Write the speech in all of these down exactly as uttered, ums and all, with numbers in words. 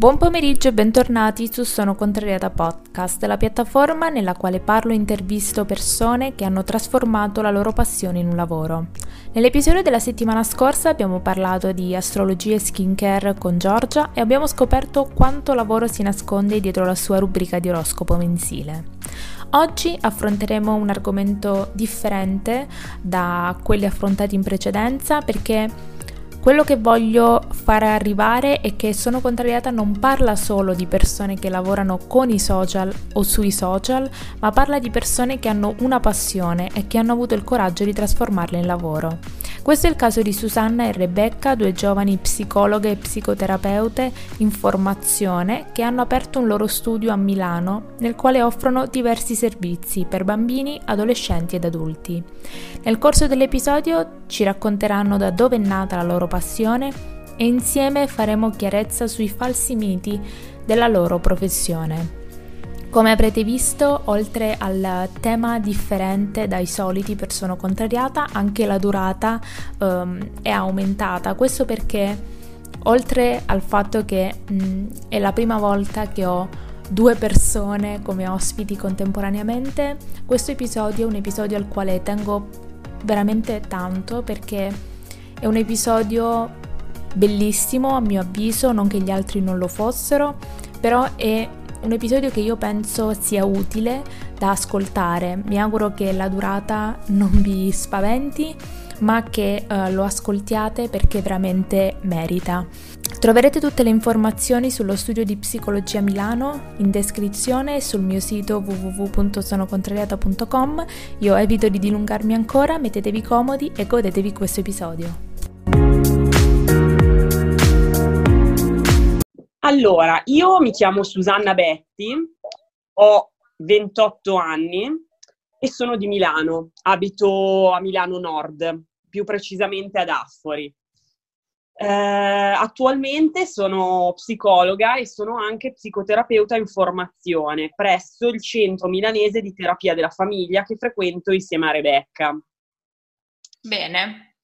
Buon pomeriggio e bentornati su Sono Contrariata Podcast, la piattaforma nella quale parlo e intervisto persone che hanno trasformato la loro passione in un lavoro. Nell'episodio della settimana scorsa abbiamo parlato di astrologia e skincare con Giorgia e abbiamo scoperto quanto lavoro si nasconde dietro la sua rubrica di oroscopo mensile. Oggi affronteremo un argomento differente da quelli affrontati in precedenza perché quello che voglio fare arrivare è che Sono Contrariata non parla solo di persone che lavorano con i social o sui social, ma parla di persone che hanno una passione e che hanno avuto il coraggio di trasformarla in lavoro. Questo è il caso di Susanna e Rebecca, due giovani psicologhe e psicoterapeute in formazione che hanno aperto un loro studio a Milano nel quale offrono diversi servizi per bambini, adolescenti ed adulti. Nel corso dell'episodio ci racconteranno da dove è nata la loro passione e insieme faremo chiarezza sui falsi miti della loro professione. Come avrete visto, oltre al tema differente dai soliti per Sono Contrariata, anche la durata um, è aumentata. Questo perché, oltre al fatto che mh, è la prima volta che ho due persone come ospiti contemporaneamente, questo episodio è un episodio al quale tengo veramente tanto perché è un episodio bellissimo a mio avviso, non che gli altri non lo fossero, però è un episodio che io penso sia utile da ascoltare. Mi auguro che la durata non vi spaventi, ma che uh, lo ascoltiate perché veramente merita. Troverete tutte le informazioni sullo studio di psicologia Milano in descrizione e sul mio sito w w w punto sono contrariata punto com. Io evito di dilungarmi ancora, mettetevi comodi e godetevi questo episodio. Allora, io mi chiamo Susanna Betti, ho ventotto anni e sono di Milano, abito a Milano Nord, più precisamente ad Affori. Eh, attualmente sono psicologa e sono anche psicoterapeuta in formazione presso il Centro Milanese di Terapia della Famiglia che frequento insieme a Rebecca. Bene.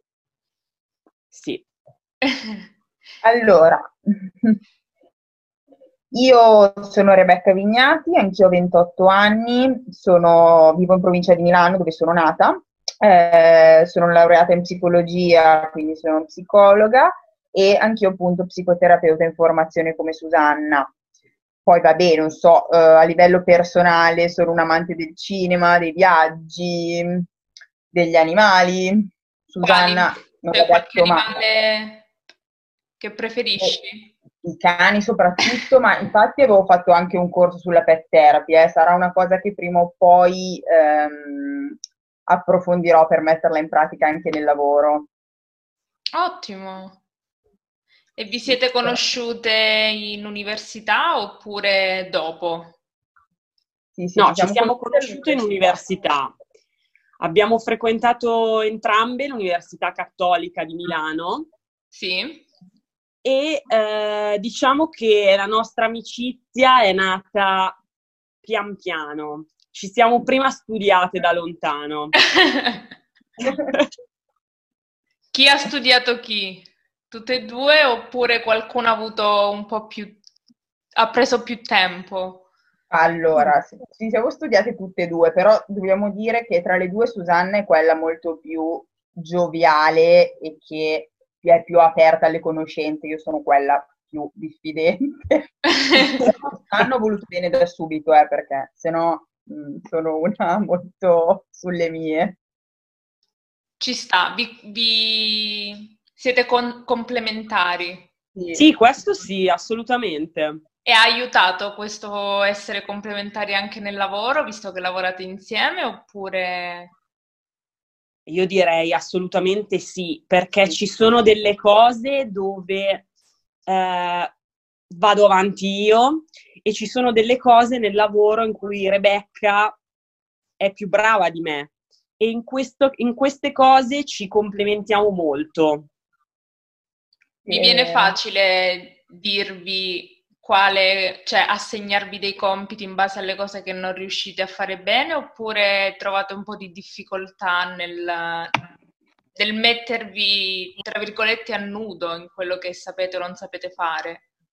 Sì. Allora, io sono Rebecca Vignati, anch'io ho ventotto anni, sono, vivo in provincia di Milano dove sono nata, eh, sono laureata in psicologia, quindi sono psicologa e anch'io appunto psicoterapeuta in formazione come Susanna. Poi vabbè, non so, eh, a livello personale sono un amante del cinema, dei viaggi, degli animali. Susanna non C'è l'ha qualche detto, ma animale che preferisci? i cani soprattutto, ma infatti avevo fatto anche un corso sulla pet therapy, eh. Sarà una cosa che prima o poi ehm, approfondirò per metterla in pratica anche nel lavoro. Ottimo. E vi siete conosciute in università oppure dopo? Sì, sì, No, ci ci siamo siamo conosciute conosciute in università. Abbiamo frequentato entrambe l'Università Cattolica di Milano. Sì. E eh, diciamo che la nostra amicizia è nata pian piano. Ci siamo prima studiate da lontano. Chi ha studiato chi? Tutte e due oppure qualcuno ha avuto un po' più, ha preso più tempo? Allora, sì, ci siamo studiate tutte e due, però dobbiamo dire che tra le due Susanna è quella molto più gioviale e che è più aperta alle conoscenze, io sono quella più diffidente. Hanno voluto bene da subito, eh, perché sennò mh, sono una molto sulle mie. Ci sta, vi, vi... siete con- complementari. Sì. Sì, questo sì, assolutamente. E ha aiutato questo essere complementari anche nel lavoro, visto che lavorate insieme, oppure... Io direi assolutamente sì, perché ci sono delle cose dove eh, vado avanti io e ci sono delle cose nel lavoro in cui Rebecca è più brava di me e in, questo, in queste cose ci complementiamo molto. Vi viene facile dirvi quale, cioè assegnarvi dei compiti in base alle cose che non riuscite a fare bene, oppure trovate un po' di difficoltà nel, nel mettervi, tra virgolette, a nudo in quello che sapete o non sapete fare?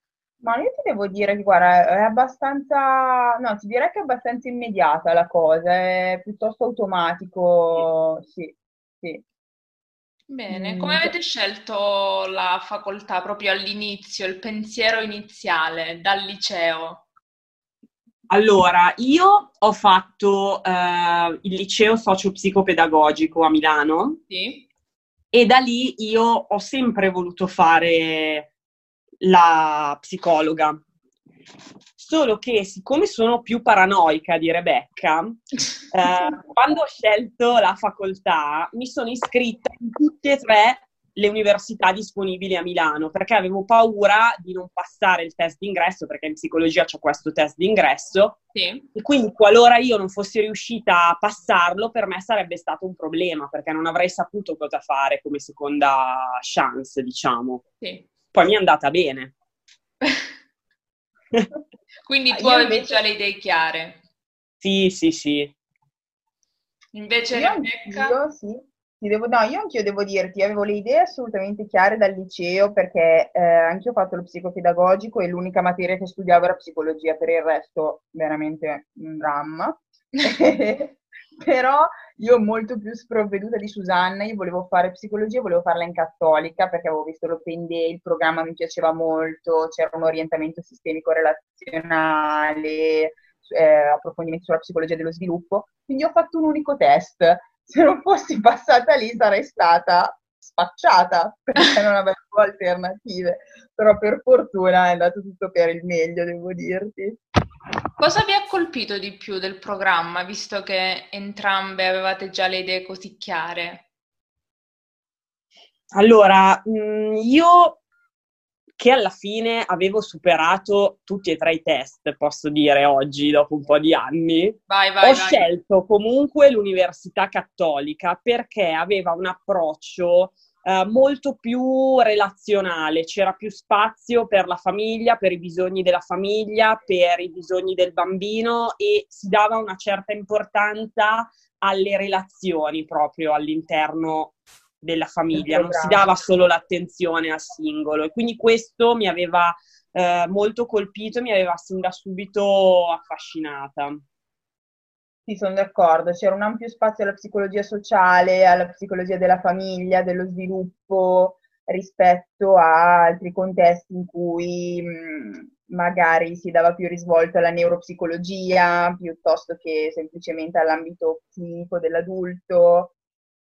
Ma io ti devo dire che, guarda, è abbastanza, no, ti direi che è abbastanza immediata la cosa, è piuttosto automatico, sì, sì. Bene, come Mm, cioè, avete scelto la facoltà proprio all'inizio, il pensiero iniziale, dal liceo? Allora, io ho fatto eh, il liceo socio-psicopedagogico a Milano Sì? e da lì io ho sempre voluto fare la psicologa. Solo che, siccome sono più paranoica di Rebecca, eh, quando ho scelto la facoltà mi sono iscritta in tutte e tre le università disponibili a Milano, perché avevo paura di non passare il test d'ingresso, perché in psicologia c'è questo test d'ingresso, Sì? e quindi qualora io non fossi riuscita a passarlo, per me sarebbe stato un problema, perché non avrei saputo cosa fare come seconda chance, diciamo. Sì. Poi mi è andata bene. Quindi tu io avevi invece, già le idee chiare. Sì, sì, sì. Invece io Rebecca? anch'io, sì, ti devo, no, io anch'io devo dirti, avevo le idee assolutamente chiare dal liceo perché eh, anch'io ho fatto lo psicopedagogico e l'unica materia che studiavo era psicologia, per il resto veramente un dramma. Però io molto più sprovveduta di Susanna, io volevo fare psicologia, volevo farla in cattolica perché avevo visto l'Open Day, il programma mi piaceva molto, c'era un orientamento sistemico relazionale, eh, approfondimenti sulla psicologia dello sviluppo, quindi ho fatto un unico test. Se non fossi passata lì sarei stata spacciata perché non avevo alternative, però per fortuna è andato tutto per il meglio, devo dirti. Cosa vi ha colpito di più del programma, visto che entrambe avevate già le idee così chiare? Allora, mh, io che alla fine avevo superato tutti e tre i test, posso dire oggi, dopo un po' di anni, Vai, ho vai, vai. scelto comunque l'Università Cattolica perché aveva un approccio eh, molto più relazionale, c'era più spazio per la famiglia, per i bisogni della famiglia, per i bisogni del bambino e si dava una certa importanza alle relazioni proprio all'interno della Il famiglia, non si programma. dava solo l'attenzione al singolo e quindi questo mi aveva eh, molto colpito e mi aveva sin da subito affascinata. Sì, sono d'accordo, c'era un ampio spazio alla psicologia sociale, alla psicologia della famiglia, dello sviluppo, rispetto a altri contesti in cui mh, magari si dava più risvolto alla neuropsicologia piuttosto che semplicemente all'ambito clinico dell'adulto.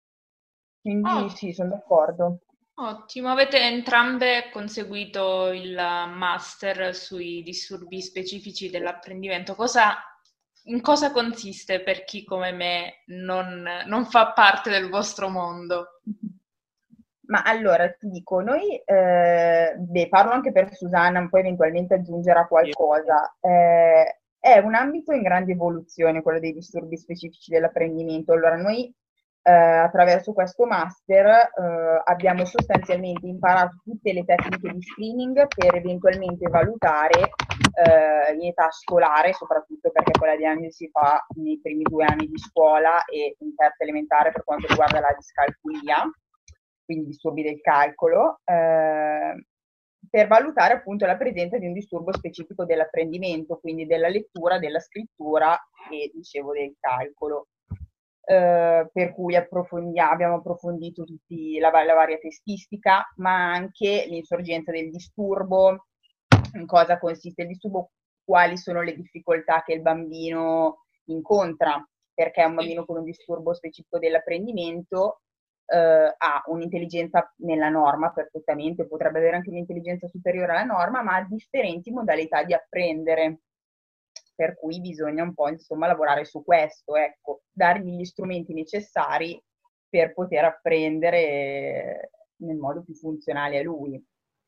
Quindi Oh, sì, sono d'accordo. ottimo, avete entrambe conseguito il master sui disturbi specifici dell'apprendimento. Cosa, in cosa consiste per chi come me non, non fa parte del vostro mondo? Ma allora ti dico, noi, eh, beh, parlo anche per Susanna, poi eventualmente aggiungerà qualcosa. Eh, è un ambito in grande evoluzione, quello dei disturbi specifici dell'apprendimento. Allora, noi eh, attraverso questo master eh, abbiamo sostanzialmente imparato tutte le tecniche di screening per eventualmente valutare eh, in età scolare, soprattutto perché poi la diagnosi si fa nei primi due anni di scuola e in terza elementare per quanto riguarda la discalculia, quindi disturbi del calcolo, eh, per valutare appunto la presenza di un disturbo specifico dell'apprendimento, quindi della lettura, della scrittura e dicevo del calcolo. Eh, per cui approfondia, abbiamo approfondito tutti la, la varia testistica, ma anche l'insorgenza del disturbo, in cosa consiste il disturbo, quali sono le difficoltà che il bambino incontra, perché un bambino con un disturbo specifico dell'apprendimento eh, ha un'intelligenza nella norma perfettamente, potrebbe avere anche un'intelligenza superiore alla norma, ma ha differenti modalità di apprendere, per cui bisogna un po' insomma lavorare su questo, ecco, dargli gli strumenti necessari per poter apprendere nel modo più funzionale a lui.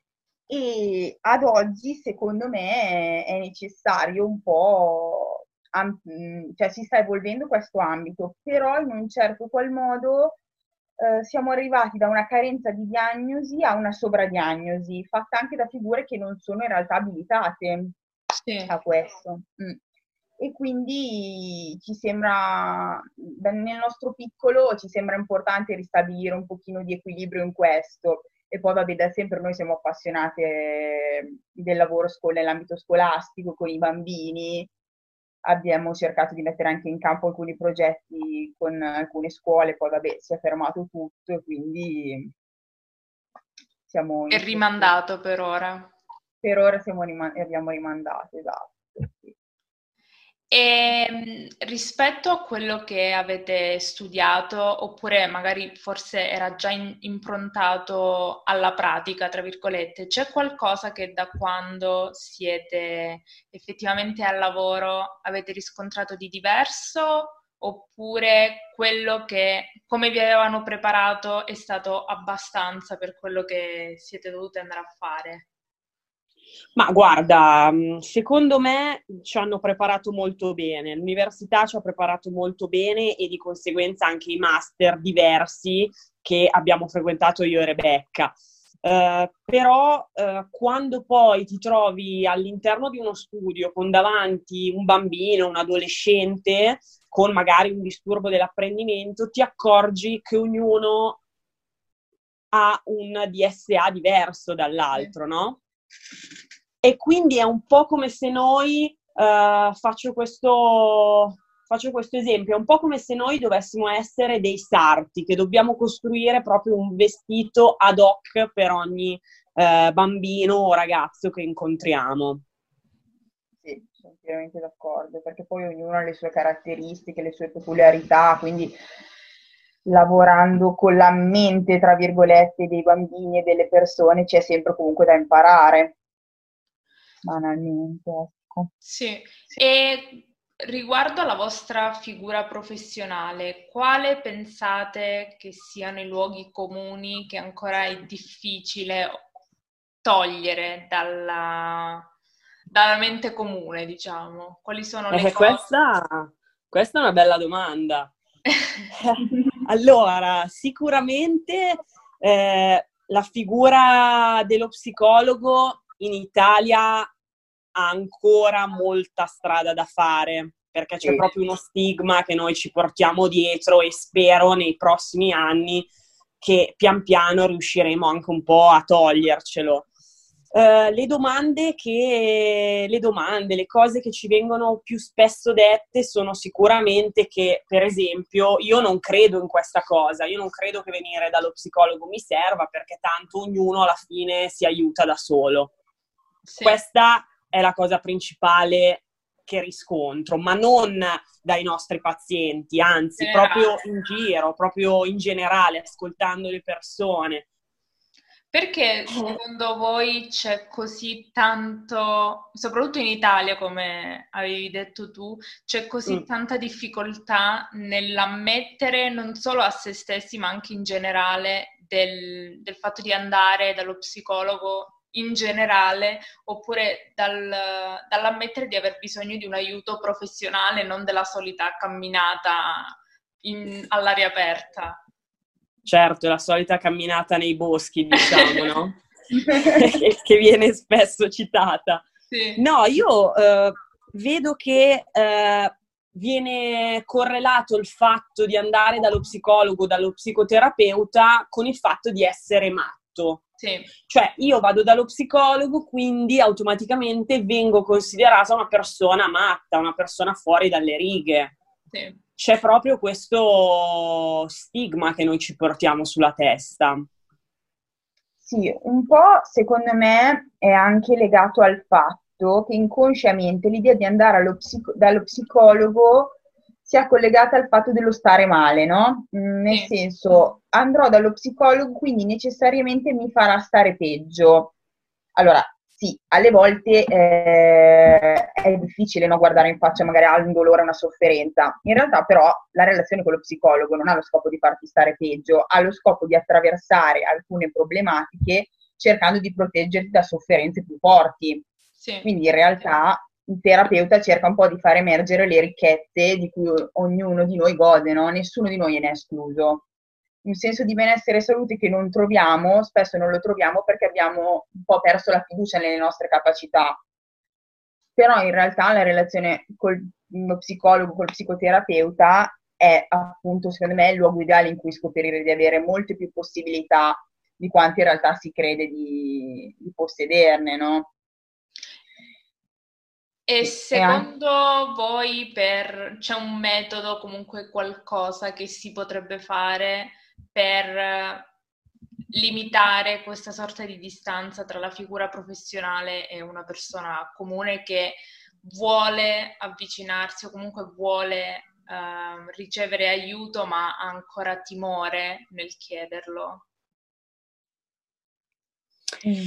E ad oggi, secondo me, è necessario un po', cioè si sta evolvendo questo ambito, però in un certo qual modo eh, siamo arrivati da una carenza di diagnosi a una sovradiagnosi, fatta anche da figure che non sono in realtà abilitate Sì. a questo. Mm. E quindi ci sembra, nel nostro piccolo, ci sembra importante ristabilire un pochino di equilibrio in questo. E poi vabbè, da sempre noi siamo appassionate del lavoro scol- nell'ambito scolastico con i bambini, abbiamo cercato di mettere anche in campo alcuni progetti con alcune scuole, poi vabbè si è fermato tutto e quindi siamo È in rimandato per ora. Per ora siamo rima- abbiamo rimandato, esatto. Sì. E rispetto a quello che avete studiato, oppure magari forse era già in- improntato alla pratica, tra virgolette, c'è qualcosa che da quando siete effettivamente al lavoro avete riscontrato di diverso, oppure quello che, come vi avevano preparato, è stato abbastanza per quello che siete dovuti andare a fare? Ma guarda, secondo me ci hanno preparato molto bene, l'università ci ha preparato molto bene e di conseguenza anche i master diversi che abbiamo frequentato io e Rebecca. Uh, però uh, quando poi ti trovi all'interno di uno studio con davanti un bambino, un adolescente con magari un disturbo dell'apprendimento, ti accorgi che ognuno ha un D S A diverso dall'altro, no? E quindi è un po' come se noi, uh, faccio questo, faccio questo esempio, è un po' come se noi dovessimo essere dei sarti, che dobbiamo costruire proprio un vestito ad hoc per ogni uh, bambino o ragazzo che incontriamo. Sì, sono pienamente d'accordo, perché poi ognuno ha le sue caratteristiche, le sue peculiarità, quindi lavorando con la mente, tra virgolette, dei bambini e delle persone c'è sempre comunque da imparare. Banalmente, ecco. Sì, e riguardo alla vostra figura professionale, quale pensate che siano i luoghi comuni che ancora è difficile togliere dalla, dalla mente comune, diciamo? Quali sono le Eh, cose? questa, questa è una bella domanda. Allora, sicuramente eh, la figura dello psicologo in Italia ha ancora molta strada da fare, perché c'è Sì. proprio uno stigma che noi ci portiamo dietro e spero nei prossimi anni che pian piano riusciremo anche un po' a togliercelo. Uh, le domande che le domande, le cose che ci vengono più spesso dette sono sicuramente che, per esempio, io non credo in questa cosa, io non credo che venire dallo psicologo mi serva perché tanto ognuno alla fine si aiuta da solo. Sì. Questa è la cosa principale che riscontro, ma non dai nostri pazienti, anzi, generale. Proprio in giro, proprio in generale, ascoltando le persone. Perché secondo voi c'è così tanto, soprattutto in Italia, come avevi detto tu, c'è così mm. tanta difficoltà nell'ammettere non solo a se stessi, ma anche in generale del, del fatto di andare dallo psicologo in generale, oppure dal, dall'ammettere di aver bisogno di un aiuto professionale, non della solita camminata in, all'aria aperta? Certo, è la solita camminata nei boschi, diciamo, no? che, che viene spesso citata. Sì. No, io eh, vedo che eh, viene correlato il fatto di andare dallo psicologo, dallo psicoterapeuta, con il fatto di essere matto. Sì. Cioè, io vado dallo psicologo, quindi automaticamente vengo considerata una persona matta, una persona fuori dalle righe. Sì. C'è proprio questo stigma che noi ci portiamo sulla testa. Sì, un po' secondo me è anche legato al fatto che inconsciamente l'idea di andare allo psico- dallo psicologo sia collegata al fatto dello stare male, no? Mm, nel Sì. senso, andrò dallo psicologo, quindi necessariamente mi farà stare peggio. Allora, sì, alle volte eh, è difficile no, guardare in faccia magari a un dolore, una sofferenza. In realtà però la relazione con lo psicologo non ha lo scopo di farti stare peggio, ha lo scopo di attraversare alcune problematiche cercando di proteggerti da sofferenze più forti. Sì. Quindi in realtà il terapeuta cerca un po' di far emergere le ricchezze di cui ognuno di noi gode, no? Nessuno di noi ne è escluso. Un senso di benessere e salute che non troviamo, spesso non lo troviamo perché abbiamo un po' perso la fiducia nelle nostre capacità. Però in realtà la relazione con lo psicologo, col psicoterapeuta è appunto, secondo me, il luogo ideale in cui scoprire di avere molte più possibilità di quanto in realtà si crede di, di possederne, no? E secondo voi per, c'è un metodo, comunque qualcosa che si potrebbe fare per limitare questa sorta di distanza tra la figura professionale e una persona comune che vuole avvicinarsi o comunque vuole uh, ricevere aiuto ma ha ancora timore nel chiederlo? Mm.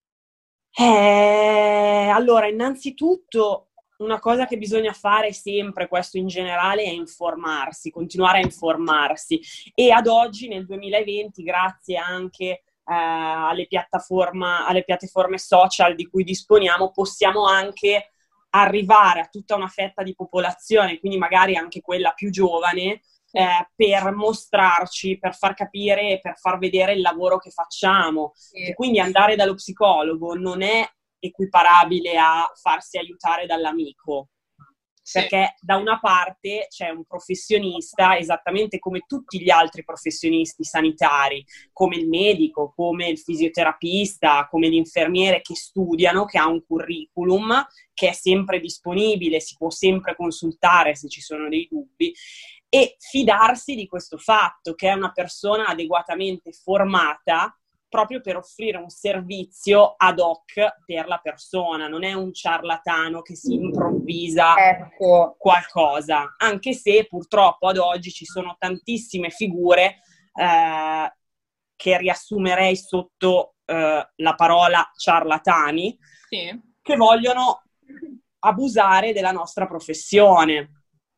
Eh, allora, innanzitutto una cosa che bisogna fare sempre, questo in generale, è informarsi, continuare a informarsi. E ad oggi, nel duemilaventi, grazie anche eh, alle piattaforme, alle piattaforme social di cui disponiamo, possiamo anche arrivare a tutta una fetta di popolazione, quindi magari anche quella più giovane, Eh, per mostrarci, per far capire e per far vedere il lavoro che facciamo. Sì. E quindi andare dallo psicologo non è equiparabile a farsi aiutare dall'amico, sì. Perché da una parte c'è un professionista, esattamente come tutti gli altri professionisti sanitari, come il medico, come il fisioterapista, come l'infermiere, che studiano, che ha un curriculum che è sempre disponibile, si può sempre consultare se ci sono dei dubbi, e fidarsi di questo fatto, che è una persona adeguatamente formata proprio per offrire un servizio ad hoc per la persona, non è un ciarlatano che si improvvisa ecco. qualcosa, anche se purtroppo ad oggi ci sono tantissime figure eh, che riassumerei sotto eh, la parola ciarlatani, sì. che vogliono abusare della nostra professione.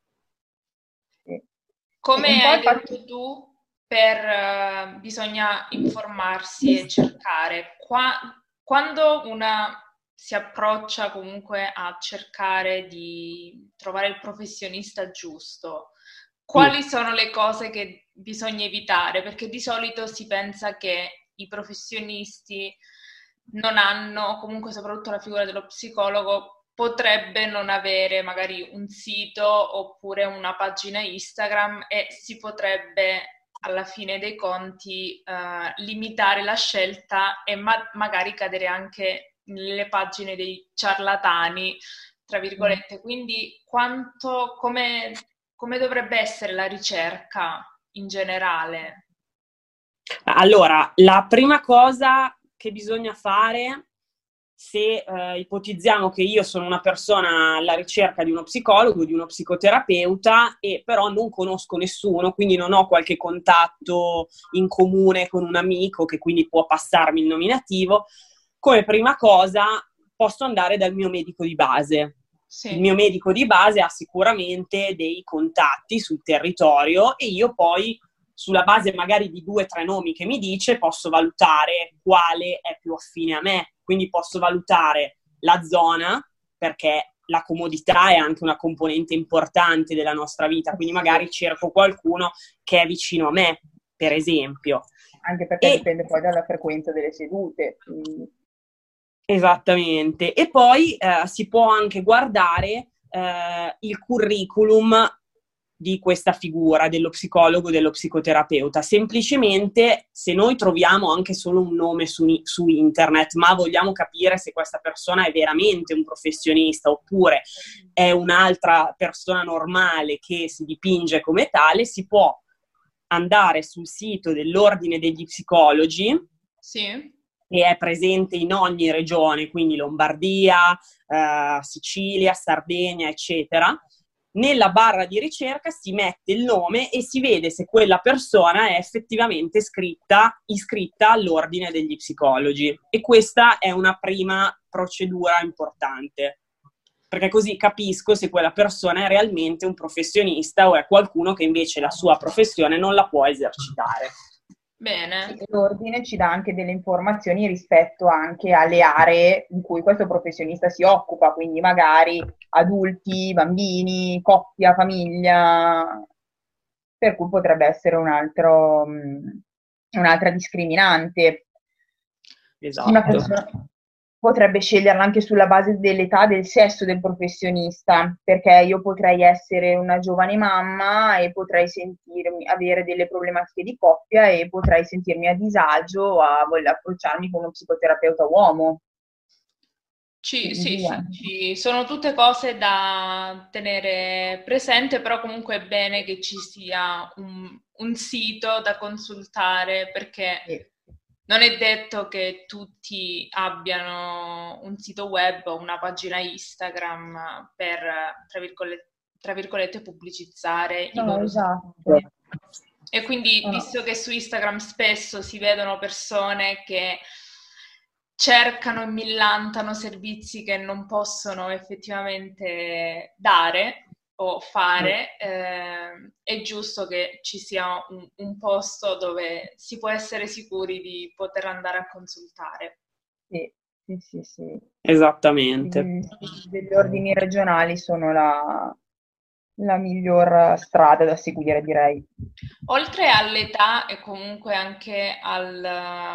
Come hai detto tu, per, uh, bisogna informarsi e cercare. Qua, quando una si approccia comunque a cercare di trovare il professionista giusto, quali sì. sono le cose che bisogna evitare? Perché di solito si pensa che i professionisti non hanno, comunque soprattutto la figura dello psicologo, potrebbe non avere magari un sito oppure una pagina Instagram e si potrebbe alla fine dei conti uh, limitare la scelta e ma- magari cadere anche nelle pagine dei ciarlatani, tra virgolette. Quindi quanto, come, come dovrebbe essere la ricerca in generale? Allora, la prima cosa che bisogna fare, se eh, ipotizziamo che io sono una persona alla ricerca di uno psicologo, di uno psicoterapeuta, e però non conosco nessuno, quindi non ho qualche contatto in comune con un amico che quindi può passarmi il nominativo, come prima cosa posso andare dal mio medico di base. Sì. Il mio medico di base ha sicuramente dei contatti sul territorio e io poi, sulla base magari di due o tre nomi che mi dice, posso valutare quale è più affine a me. Quindi posso valutare la zona, perché la comodità è anche una componente importante della nostra vita, quindi magari cerco qualcuno che è vicino a me, per esempio. Anche perché e... dipende poi dalla frequenza delle sedute. Quindi... Esattamente. E poi eh, si può anche guardare eh, il curriculum di questa figura, dello psicologo, dello psicoterapeuta. Semplicemente, se noi troviamo anche solo un nome su, su internet, ma vogliamo capire se questa persona è veramente un professionista oppure è un'altra persona normale che si dipinge come tale, si può andare sul sito dell'Ordine degli Psicologi, sì. che è presente in ogni regione, quindi Lombardia, eh, Sicilia, Sardegna, eccetera. Nella barra di ricerca si mette il nome e si vede se quella persona è effettivamente iscritta, iscritta all'Ordine degli Psicologi. E questa è una prima procedura importante, perché così capisco se quella persona è realmente un professionista o è qualcuno che invece la sua professione non la può esercitare. Bene. L'ordine ci dà anche delle informazioni rispetto anche alle aree in cui questo professionista si occupa, quindi magari adulti, bambini, coppia, famiglia, per cui potrebbe essere un altro, un'altra discriminante. Esatto. Una persona, potrebbe sceglierla anche sulla base dell'età, del sesso del professionista, perché io potrei essere una giovane mamma e potrei sentirmi, avere delle problematiche di coppia e potrei sentirmi a disagio a voler approcciarmi con uno psicoterapeuta uomo. Ci, sì, sì, ci sono tutte cose da tenere presente, però comunque è bene che ci sia un, un sito da consultare, perché Sì. non è detto che tutti abbiano un sito web o una pagina Instagram per, tra virgolette, tra virgolette pubblicizzare i No, loro esatto. servizi. E quindi, No, no. visto che su Instagram spesso si vedono persone che cercano e millantano servizi che non possono effettivamente dare o fare, eh, è giusto che ci sia un, un posto dove si può essere sicuri di poter andare a consultare. Sì, sì, sì, sì. Esattamente. I siti degli ordini regionali sono la, la miglior strada da seguire, direi. Oltre all'età e comunque anche al,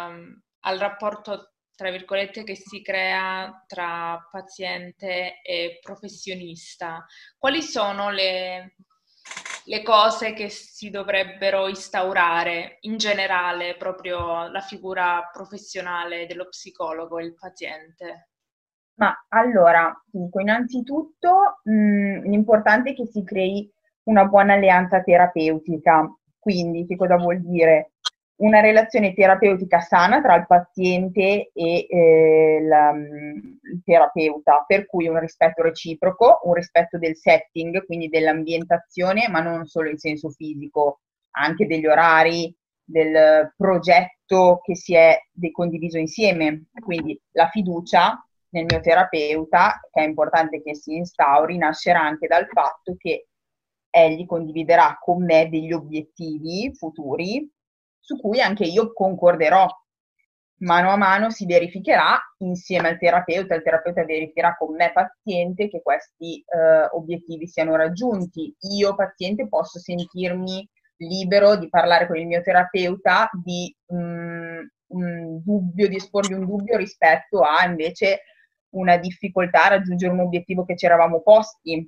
al rapporto, tra virgolette, che si crea tra paziente e professionista, quali sono le, le cose che si dovrebbero instaurare in generale, proprio la figura professionale dello psicologo e il paziente? Ma allora, dico, innanzitutto mh, l'importante è che si crei una buona alleanza terapeutica. Quindi, che cosa vuol dire? Una relazione terapeutica sana tra il paziente e eh, la, il terapeuta, per cui un rispetto reciproco, un rispetto del setting, quindi dell'ambientazione, ma non solo in senso fisico, anche degli orari, del progetto che si è condiviso insieme. Quindi la fiducia nel mio terapeuta, che è importante che si instauri, nascerà anche dal fatto che egli condividerà con me degli obiettivi futuri su cui anche io concorderò. Mano a mano si verificherà insieme al terapeuta, il terapeuta verificherà con me paziente che questi eh, obiettivi siano raggiunti. Io paziente posso sentirmi libero di parlare con il mio terapeuta di um, un dubbio, di esporgli un dubbio rispetto a invece una difficoltà a raggiungere un obiettivo che ci eravamo posti,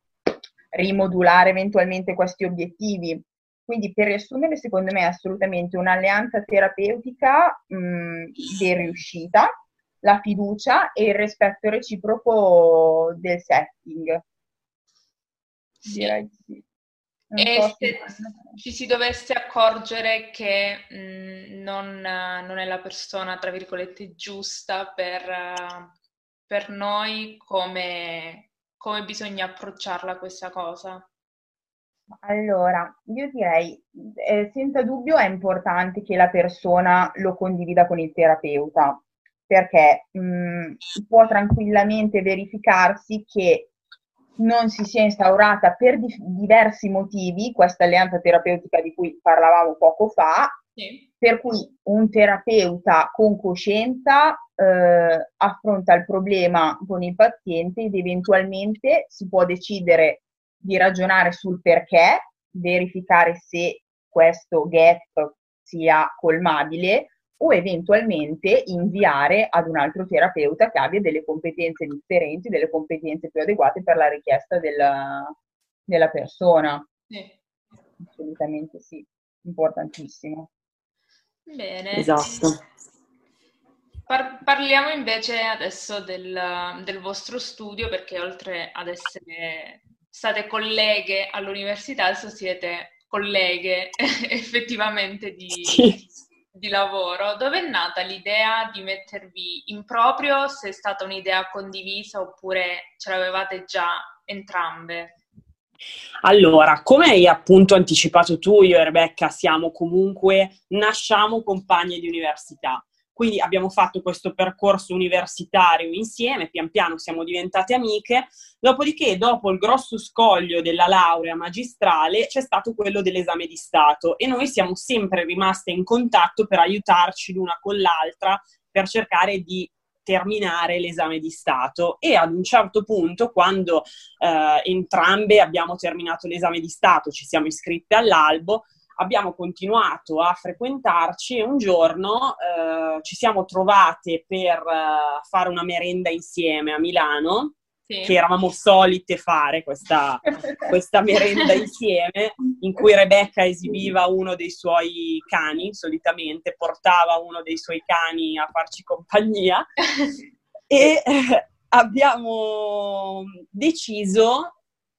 rimodulare eventualmente questi obiettivi. Quindi, per riassumere, secondo me è assolutamente un'alleanza terapeutica mh, di riuscita, la fiducia e il rispetto reciproco del setting. Sì. Direi di sì. Non E so se ci si dovesse accorgere che mh, non, non è la persona, tra virgolette, giusta per, per noi, come, come bisogna approcciarla questa cosa? Allora, io direi, eh, senza dubbio è importante che la persona lo condivida con il terapeuta, perché mh, può tranquillamente verificarsi che non si sia instaurata per di- diversi motivi questa alleanza terapeutica di cui parlavamo poco fa, Sì. per cui un terapeuta con coscienza eh, affronta il problema con il paziente ed eventualmente si può decidere di ragionare sul perché, verificare se questo gap sia colmabile o eventualmente inviare ad un altro terapeuta che abbia delle competenze differenti, delle competenze più adeguate per la richiesta della, della persona. Sì. Assolutamente sì, importantissimo. Bene. Esatto. Par- parliamo invece adesso del, del vostro studio, perché oltre ad essere state colleghe all'università, adesso siete colleghe effettivamente di, Sì. di lavoro. Dove è nata l'idea di mettervi in proprio? Se è stata un'idea condivisa oppure ce l'avevate già entrambe? Allora, come hai appunto anticipato tu, io e Rebecca siamo comunque, nasciamo compagne di università. Quindi abbiamo fatto questo percorso universitario insieme, pian piano siamo diventate amiche, dopodiché dopo il grosso scoglio della laurea magistrale c'è stato quello dell'esame di Stato e noi siamo sempre rimaste in contatto per aiutarci l'una con l'altra per cercare di terminare l'esame di Stato e ad un certo punto, quando eh, entrambe abbiamo terminato l'esame di Stato, ci siamo iscritte all'albo, abbiamo continuato a frequentarci e un giorno eh, ci siamo trovate per uh, fare una merenda insieme a Milano, sì. Che eravamo solite fare questa, questa merenda insieme, in cui Rebecca esibiva uno dei suoi cani, solitamente portava uno dei suoi cani a farci compagnia, e eh, abbiamo deciso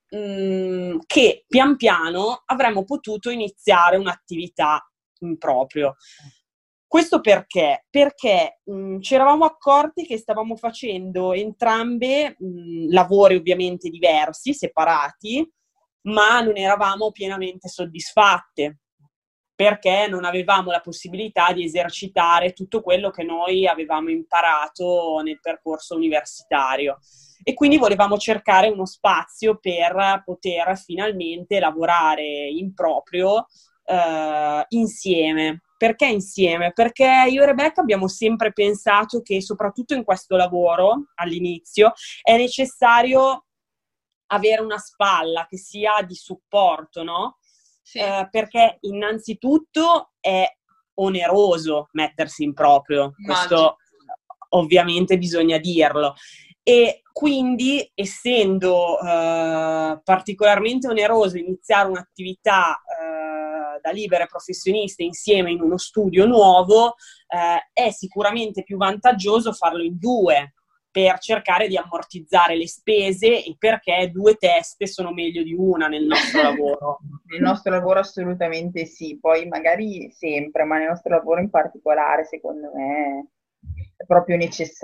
mh, che pian piano avremmo potuto iniziare un'attività in proprio. Questo perché? Perché mh, ci eravamo accorti che stavamo facendo entrambe mh, lavori ovviamente diversi, separati, ma non eravamo pienamente soddisfatte, perché non avevamo la possibilità di esercitare tutto quello che noi avevamo imparato nel percorso universitario. E quindi volevamo cercare uno spazio per poter finalmente lavorare in proprio eh, insieme. Perché insieme? Perché io e Rebecca abbiamo sempre pensato che, soprattutto in questo lavoro, all'inizio, è necessario avere una spalla che sia di supporto, no? Sì. Eh, perché innanzitutto è oneroso mettersi in proprio, questo Immagino. Ovviamente bisogna dirlo. E quindi, essendo eh, particolarmente oneroso iniziare un'attività eh, da libere professioniste insieme in uno studio nuovo, eh, è sicuramente più vantaggioso farlo in due, per cercare di ammortizzare le spese e perché due teste sono meglio di una nel nostro lavoro. Nel nostro lavoro assolutamente sì, poi magari sempre, ma nel nostro lavoro in particolare, secondo me, è proprio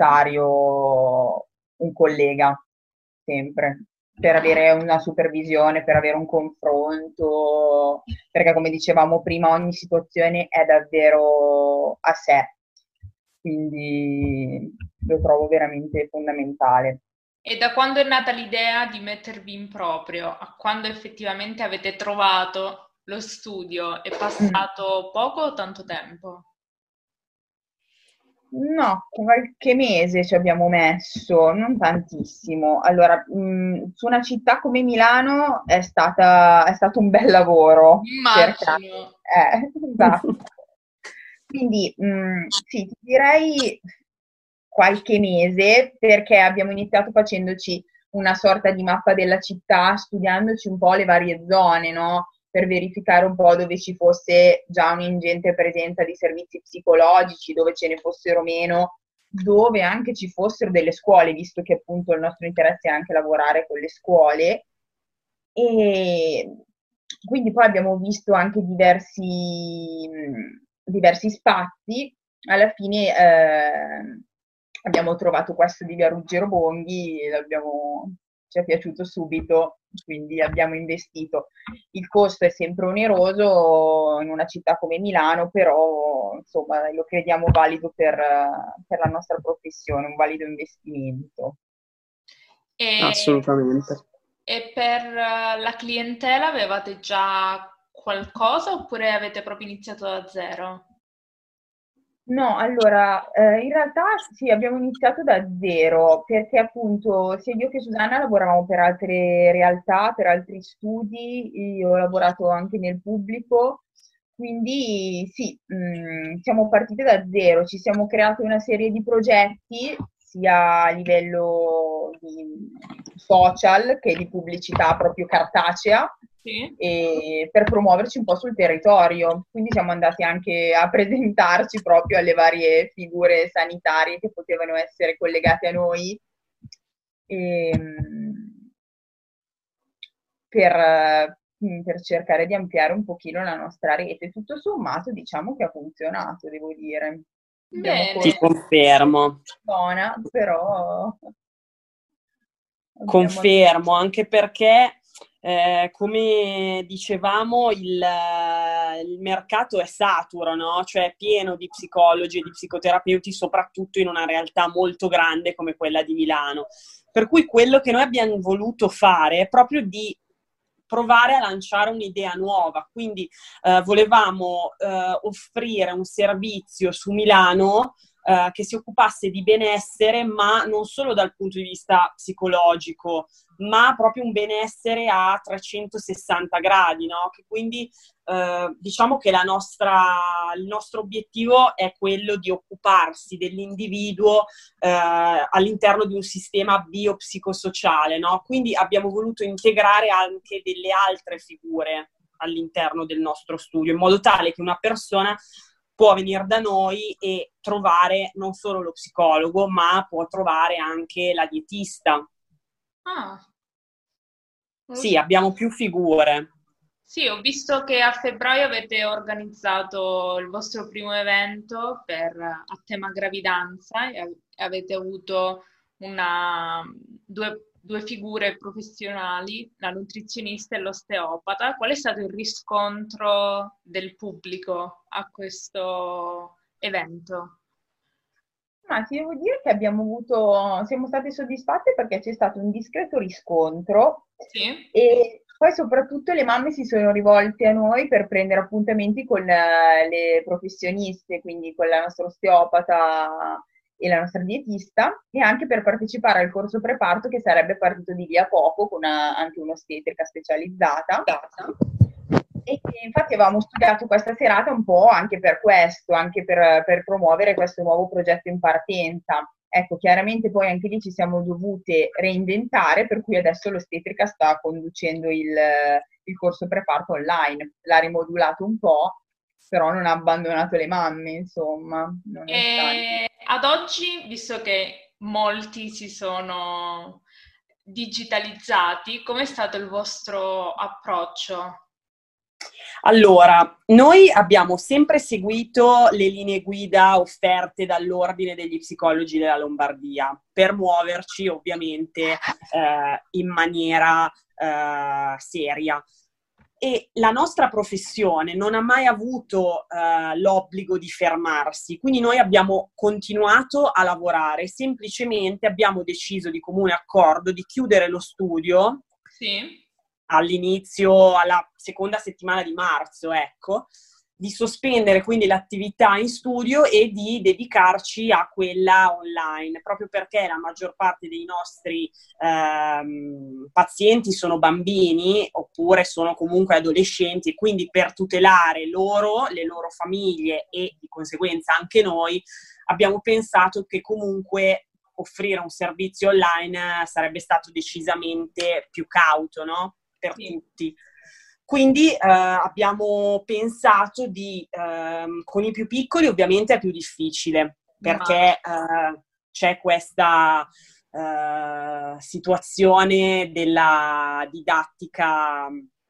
necessario un collega, sempre, per avere una supervisione, per avere un confronto, perché come dicevamo prima ogni situazione è davvero a sé, quindi lo trovo veramente fondamentale. E da quando è nata l'idea di mettervi in proprio a quando effettivamente avete trovato lo studio? È passato mm. poco o tanto tempo? No, qualche mese ci abbiamo messo, non tantissimo. Allora, mh, su una città come Milano è stata, è stato un bel lavoro. Immagino. Eh, esatto. Quindi, mh, sì, ti direi qualche mese, perché abbiamo iniziato facendoci una sorta di mappa della città, studiandoci un po' le varie zone, no? Per verificare un po' dove ci fosse già un'ingente presenza di servizi psicologici, dove ce ne fossero meno, dove anche ci fossero delle scuole, visto che appunto il nostro interesse è anche lavorare con le scuole. E quindi poi abbiamo visto anche diversi, diversi spazi. Alla fine eh, abbiamo trovato questo di via Ruggero Bonghi, l'abbiamo, ci è piaciuto subito, quindi abbiamo investito. Il costo è sempre oneroso in una città come Milano, però insomma lo crediamo valido per, per la nostra professione, un valido investimento. E, Assolutamente. E per la clientela avevate già qualcosa oppure avete proprio iniziato da zero? No, allora, eh, in realtà sì, abbiamo iniziato da zero, perché appunto sia io che Susanna lavoravamo per altre realtà, per altri studi, io ho lavorato anche nel pubblico, quindi sì, mh, siamo partite da zero, ci siamo creati una serie di progetti, sia a livello di social che di pubblicità proprio cartacea, sì. E per promuoverci un po' sul territorio. Quindi siamo andati anche a presentarci proprio alle varie figure sanitarie che potevano essere collegate a noi e, per, per cercare di ampliare un pochino la nostra rete. Tutto sommato diciamo che ha funzionato, devo dire. Bene. Ti confermo. Buona, però... Confermo, anche perché Eh, come dicevamo, il, il mercato è saturo, no? Cioè è pieno di psicologi e di psicoterapeuti, soprattutto in una realtà molto grande come quella di Milano. Per cui quello che noi abbiamo voluto fare è proprio di provare a lanciare un'idea nuova, quindi eh, volevamo eh, offrire un servizio su Milano eh, che si occupasse di benessere, ma non solo dal punto di vista psicologico, ma proprio un benessere a trecentosessanta gradi, no? Che quindi eh, diciamo che la nostra, il nostro obiettivo è quello di occuparsi dell'individuo eh, all'interno di un sistema biopsicosociale, no? Quindi abbiamo voluto integrare anche delle altre figure all'interno del nostro studio, in modo tale che una persona può venire da noi e trovare non solo lo psicologo, ma può trovare anche la dietista. Ah. Sì, abbiamo più figure. Sì, ho visto che a febbraio avete organizzato il vostro primo evento per, a tema gravidanza e avete avuto una, due, due figure professionali, la nutrizionista e l'osteopata. Qual è stato il riscontro del pubblico a questo evento? Ma ti devo dire che abbiamo avuto, siamo state soddisfatte perché c'è stato un discreto riscontro. Sì. E poi soprattutto le mamme si sono rivolte a noi per prendere appuntamenti con eh, le professioniste, quindi con la nostra osteopata e la nostra dietista, e anche per partecipare al corso preparto che sarebbe partito di lì a poco con una, anche un'ostetrica specializzata. E infatti avevamo studiato questa serata un po' anche per questo, anche per, per promuovere questo nuovo progetto in partenza. Ecco, chiaramente poi anche lì ci siamo dovute reinventare, per cui adesso l'ostetrica sta conducendo il, il corso preparto online. L'ha rimodulato un po', però non ha abbandonato le mamme, insomma. E ad oggi, visto che molti si sono digitalizzati, com'è stato il vostro approccio? Allora, noi abbiamo sempre seguito le linee guida offerte dall'Ordine degli Psicologi della Lombardia per muoverci ovviamente eh, in maniera eh, seria. E la nostra professione non ha mai avuto eh, l'obbligo di fermarsi, quindi noi abbiamo continuato a lavorare, semplicemente abbiamo deciso di comune accordo di chiudere lo studio. Sì. All'inizio, alla seconda settimana di marzo, ecco, di sospendere quindi l'attività in studio e di dedicarci a quella online, proprio perché la maggior parte dei nostri ehm, pazienti sono bambini oppure sono comunque adolescenti, e quindi per tutelare loro, le loro famiglie e di conseguenza anche noi, abbiamo pensato che comunque offrire un servizio online sarebbe stato decisamente più cauto, no? Per sì. tutti. Quindi eh, abbiamo pensato di, eh, con i più piccoli ovviamente è più difficile, perché eh, c'è questa eh, situazione della didattica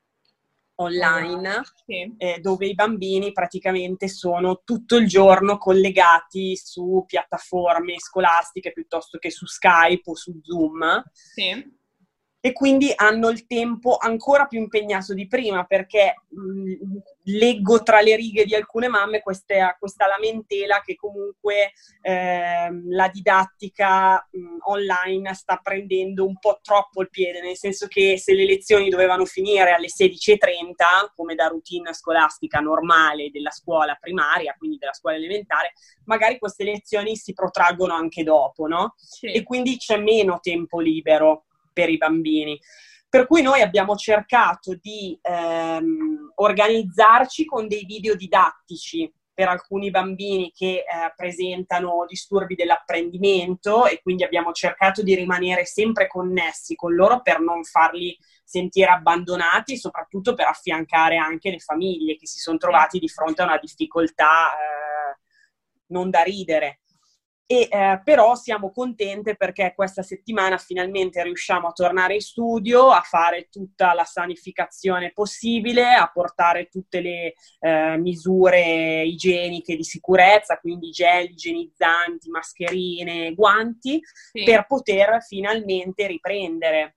online, sì. eh, dove i bambini praticamente sono tutto il giorno collegati su piattaforme scolastiche piuttosto che su Skype o su Zoom. Sì. E quindi hanno il tempo ancora più impegnato di prima, perché mh, leggo tra le righe di alcune mamme questa, questa lamentela che comunque eh, la didattica mh, online sta prendendo un po' troppo il piede, nel senso che se le lezioni dovevano finire alle sedici e trenta, come da routine scolastica normale della scuola primaria, quindi della scuola elementare, magari queste lezioni si protraggono anche dopo, no? Sì. E quindi c'è meno tempo libero per i bambini. Per cui noi abbiamo cercato di ehm, organizzarci con dei video didattici per alcuni bambini che eh, presentano disturbi dell'apprendimento, e quindi abbiamo cercato di rimanere sempre connessi con loro per non farli sentire abbandonati e soprattutto per affiancare anche le famiglie che si sono trovati di fronte a una difficoltà eh, non da ridere. E, eh, però siamo contente perché questa settimana finalmente riusciamo a tornare in studio, a fare tutta la sanificazione possibile, a portare tutte le eh, misure igieniche di sicurezza, quindi gel, igienizzanti, mascherine, guanti, sì. per poter finalmente riprendere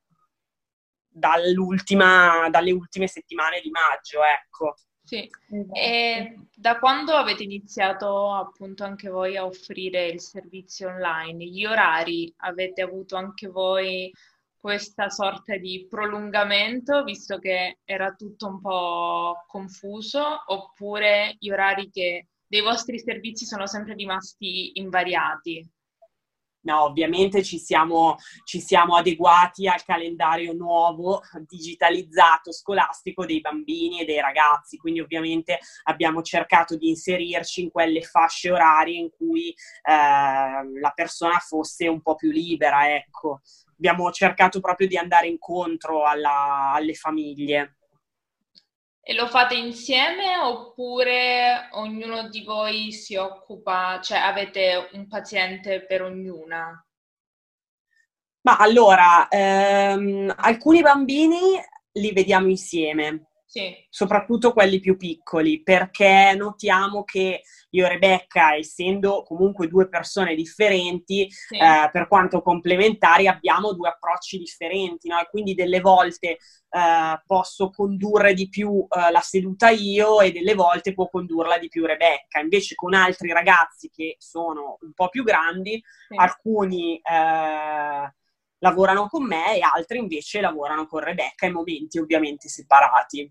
dall'ultima, dalle ultime settimane di maggio, ecco. Sì, e da quando avete iniziato appunto anche voi a offrire il servizio online? Gli orari, avete avuto anche voi questa sorta di prolungamento, visto che era tutto un po' confuso, oppure gli orari che dei vostri servizi sono sempre rimasti invariati? No, ovviamente ci siamo, ci siamo adeguati al calendario nuovo, digitalizzato, scolastico dei bambini e dei ragazzi, quindi ovviamente abbiamo cercato di inserirci in quelle fasce orarie in cui eh, la persona fosse un po' più libera, ecco. Abbiamo cercato proprio di andare incontro alla, alle famiglie. E lo fate insieme oppure ognuno di voi si occupa, cioè avete un paziente per ognuna? Ma allora, ehm, alcuni bambini li vediamo insieme, Sì. soprattutto quelli più piccoli, perché notiamo che io e Rebecca, essendo comunque due persone differenti, Sì. eh, per quanto complementari, abbiamo due approcci differenti, no? E quindi delle volte eh, posso condurre di più eh, la seduta io e delle volte può condurla di più Rebecca. Invece con altri ragazzi che sono un po' più grandi, Sì. alcuni eh, lavorano con me e altri invece lavorano con Rebecca in momenti ovviamente separati.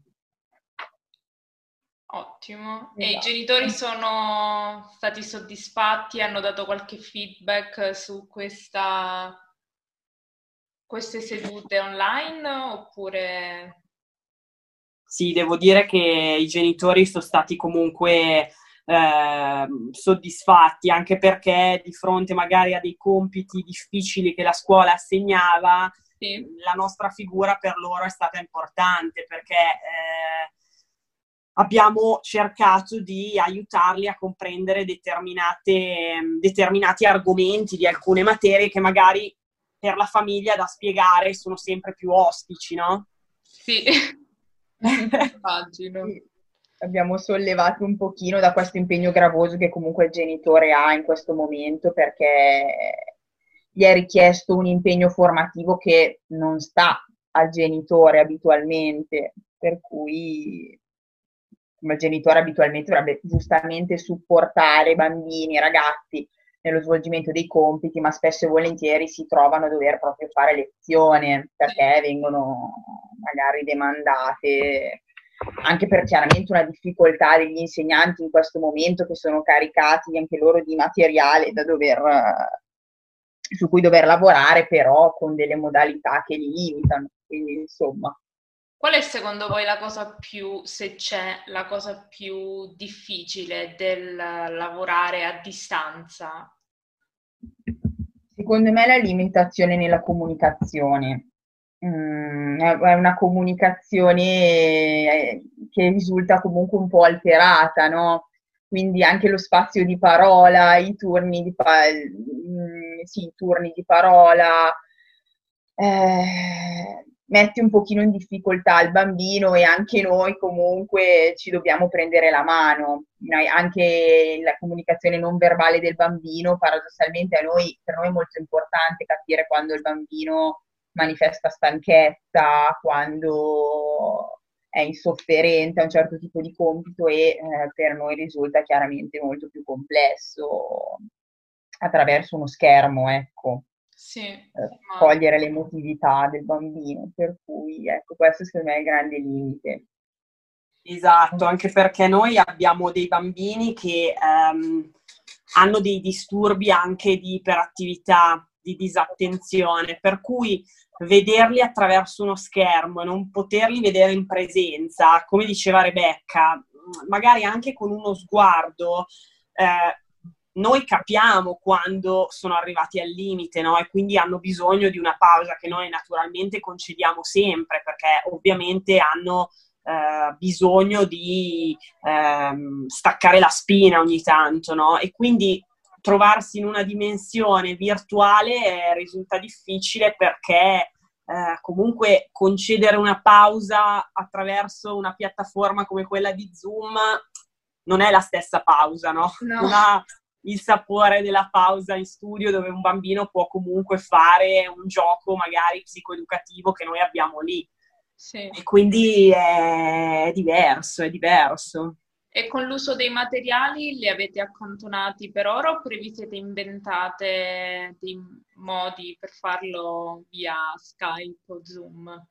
Ottimo. E i Esatto. genitori sono stati soddisfatti? Hanno dato qualche feedback su questa, queste sedute online oppure... Sì, devo dire che i genitori sono stati comunque eh, soddisfatti, anche perché di fronte magari a dei compiti difficili che la scuola assegnava, Sì. la nostra figura per loro è stata importante, perché eh, abbiamo cercato di aiutarli a comprendere determinate, determinati argomenti di alcune materie che magari per la famiglia da spiegare sono sempre più ostici, no? Sì, immagino. Sì. Abbiamo sollevato un pochino da questo impegno gravoso che comunque il genitore ha in questo momento, perché gli è richiesto un impegno formativo che non sta al genitore abitualmente, per cui il genitore abitualmente dovrebbe giustamente supportare i bambini, i ragazzi nello svolgimento dei compiti, ma spesso e volentieri si trovano a dover proprio fare lezione perché vengono magari demandate, anche per chiaramente una difficoltà degli insegnanti in questo momento, che sono caricati anche loro di materiale da dover, su cui dover lavorare, però con delle modalità che li limitano. Quindi, insomma. Qual è secondo voi la cosa più, se c'è, la cosa più difficile del lavorare a distanza? Secondo me la limitazione nella comunicazione. Mm, è una comunicazione che risulta comunque un po' alterata, no? Quindi anche lo spazio di parola, i turni di, pa- sì, i turni di parola, eh, mette un pochino in difficoltà il bambino, e anche noi comunque ci dobbiamo prendere la mano. Anche la comunicazione non verbale del bambino, paradossalmente a noi, per noi è molto importante capire quando il bambino manifesta stanchezza, quando è insofferente a un certo tipo di compito, e eh, per noi risulta chiaramente molto più complesso attraverso uno schermo, ecco. Sì, eh, ma... cogliere l'emotività del bambino, per cui ecco, questo secondo me è il grande limite. Esatto, anche perché noi abbiamo dei bambini che ehm, hanno dei disturbi anche di iperattività, di disattenzione, per cui vederli attraverso uno schermo e non poterli vedere in presenza, come diceva Rebecca, magari anche con uno sguardo, eh, noi capiamo quando sono arrivati al limite, no? E quindi hanno bisogno di una pausa che noi naturalmente concediamo sempre, perché ovviamente hanno eh, bisogno di ehm, staccare la spina ogni tanto, no? E quindi trovarsi in una dimensione virtuale eh, risulta difficile, perché eh, comunque concedere una pausa attraverso una piattaforma come quella di Zoom non è la stessa pausa, no? No. Non ha il sapore della pausa in studio, dove un bambino può comunque fare un gioco magari psicoeducativo che noi abbiamo lì. Sì. E quindi è diverso, è diverso. E con l'uso dei materiali li avete accantonati per ora oppure vi siete inventate dei modi per farlo via Skype o Zoom?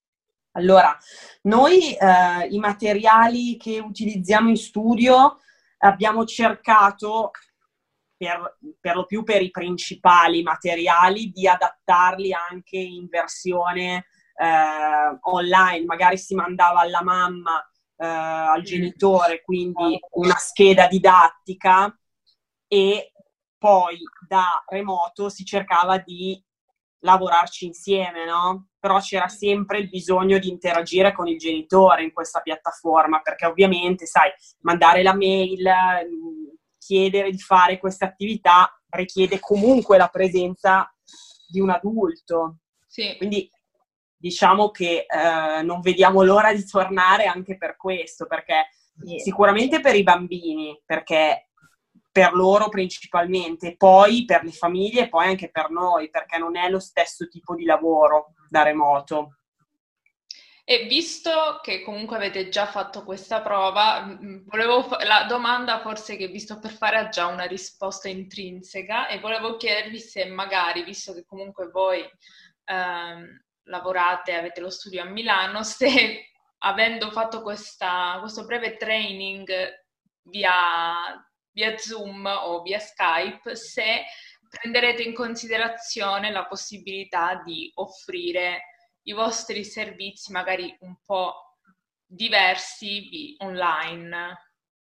Allora, noi eh, i materiali che utilizziamo in studio abbiamo cercato, per, per lo più per i principali materiali, di adattarli anche in versione eh, online. Magari si mandava alla mamma, eh, al genitore, quindi una scheda didattica, e poi da remoto si cercava di lavorarci insieme, no? Però c'era sempre il bisogno di interagire con il genitore in questa piattaforma, perché ovviamente, sai, mandare la mail, chiedere di fare queste attività richiede comunque la presenza di un adulto. Sì. Quindi diciamo che eh, non vediamo l'ora di tornare anche per questo, perché Sì. sicuramente per i bambini, perché per loro principalmente, poi per le famiglie e poi anche per noi, perché non è lo stesso tipo di lavoro da remoto. E visto che comunque avete già fatto questa prova, volevo fa- la domanda forse che vi sto per fare ha già una risposta intrinseca, e volevo chiedervi se magari, visto che comunque voi ehm, lavorate, avete lo studio a Milano, se avendo fatto questa, questo breve training via, via Zoom o via Skype, se prenderete in considerazione la possibilità di offrire i vostri servizi magari un po' diversi online.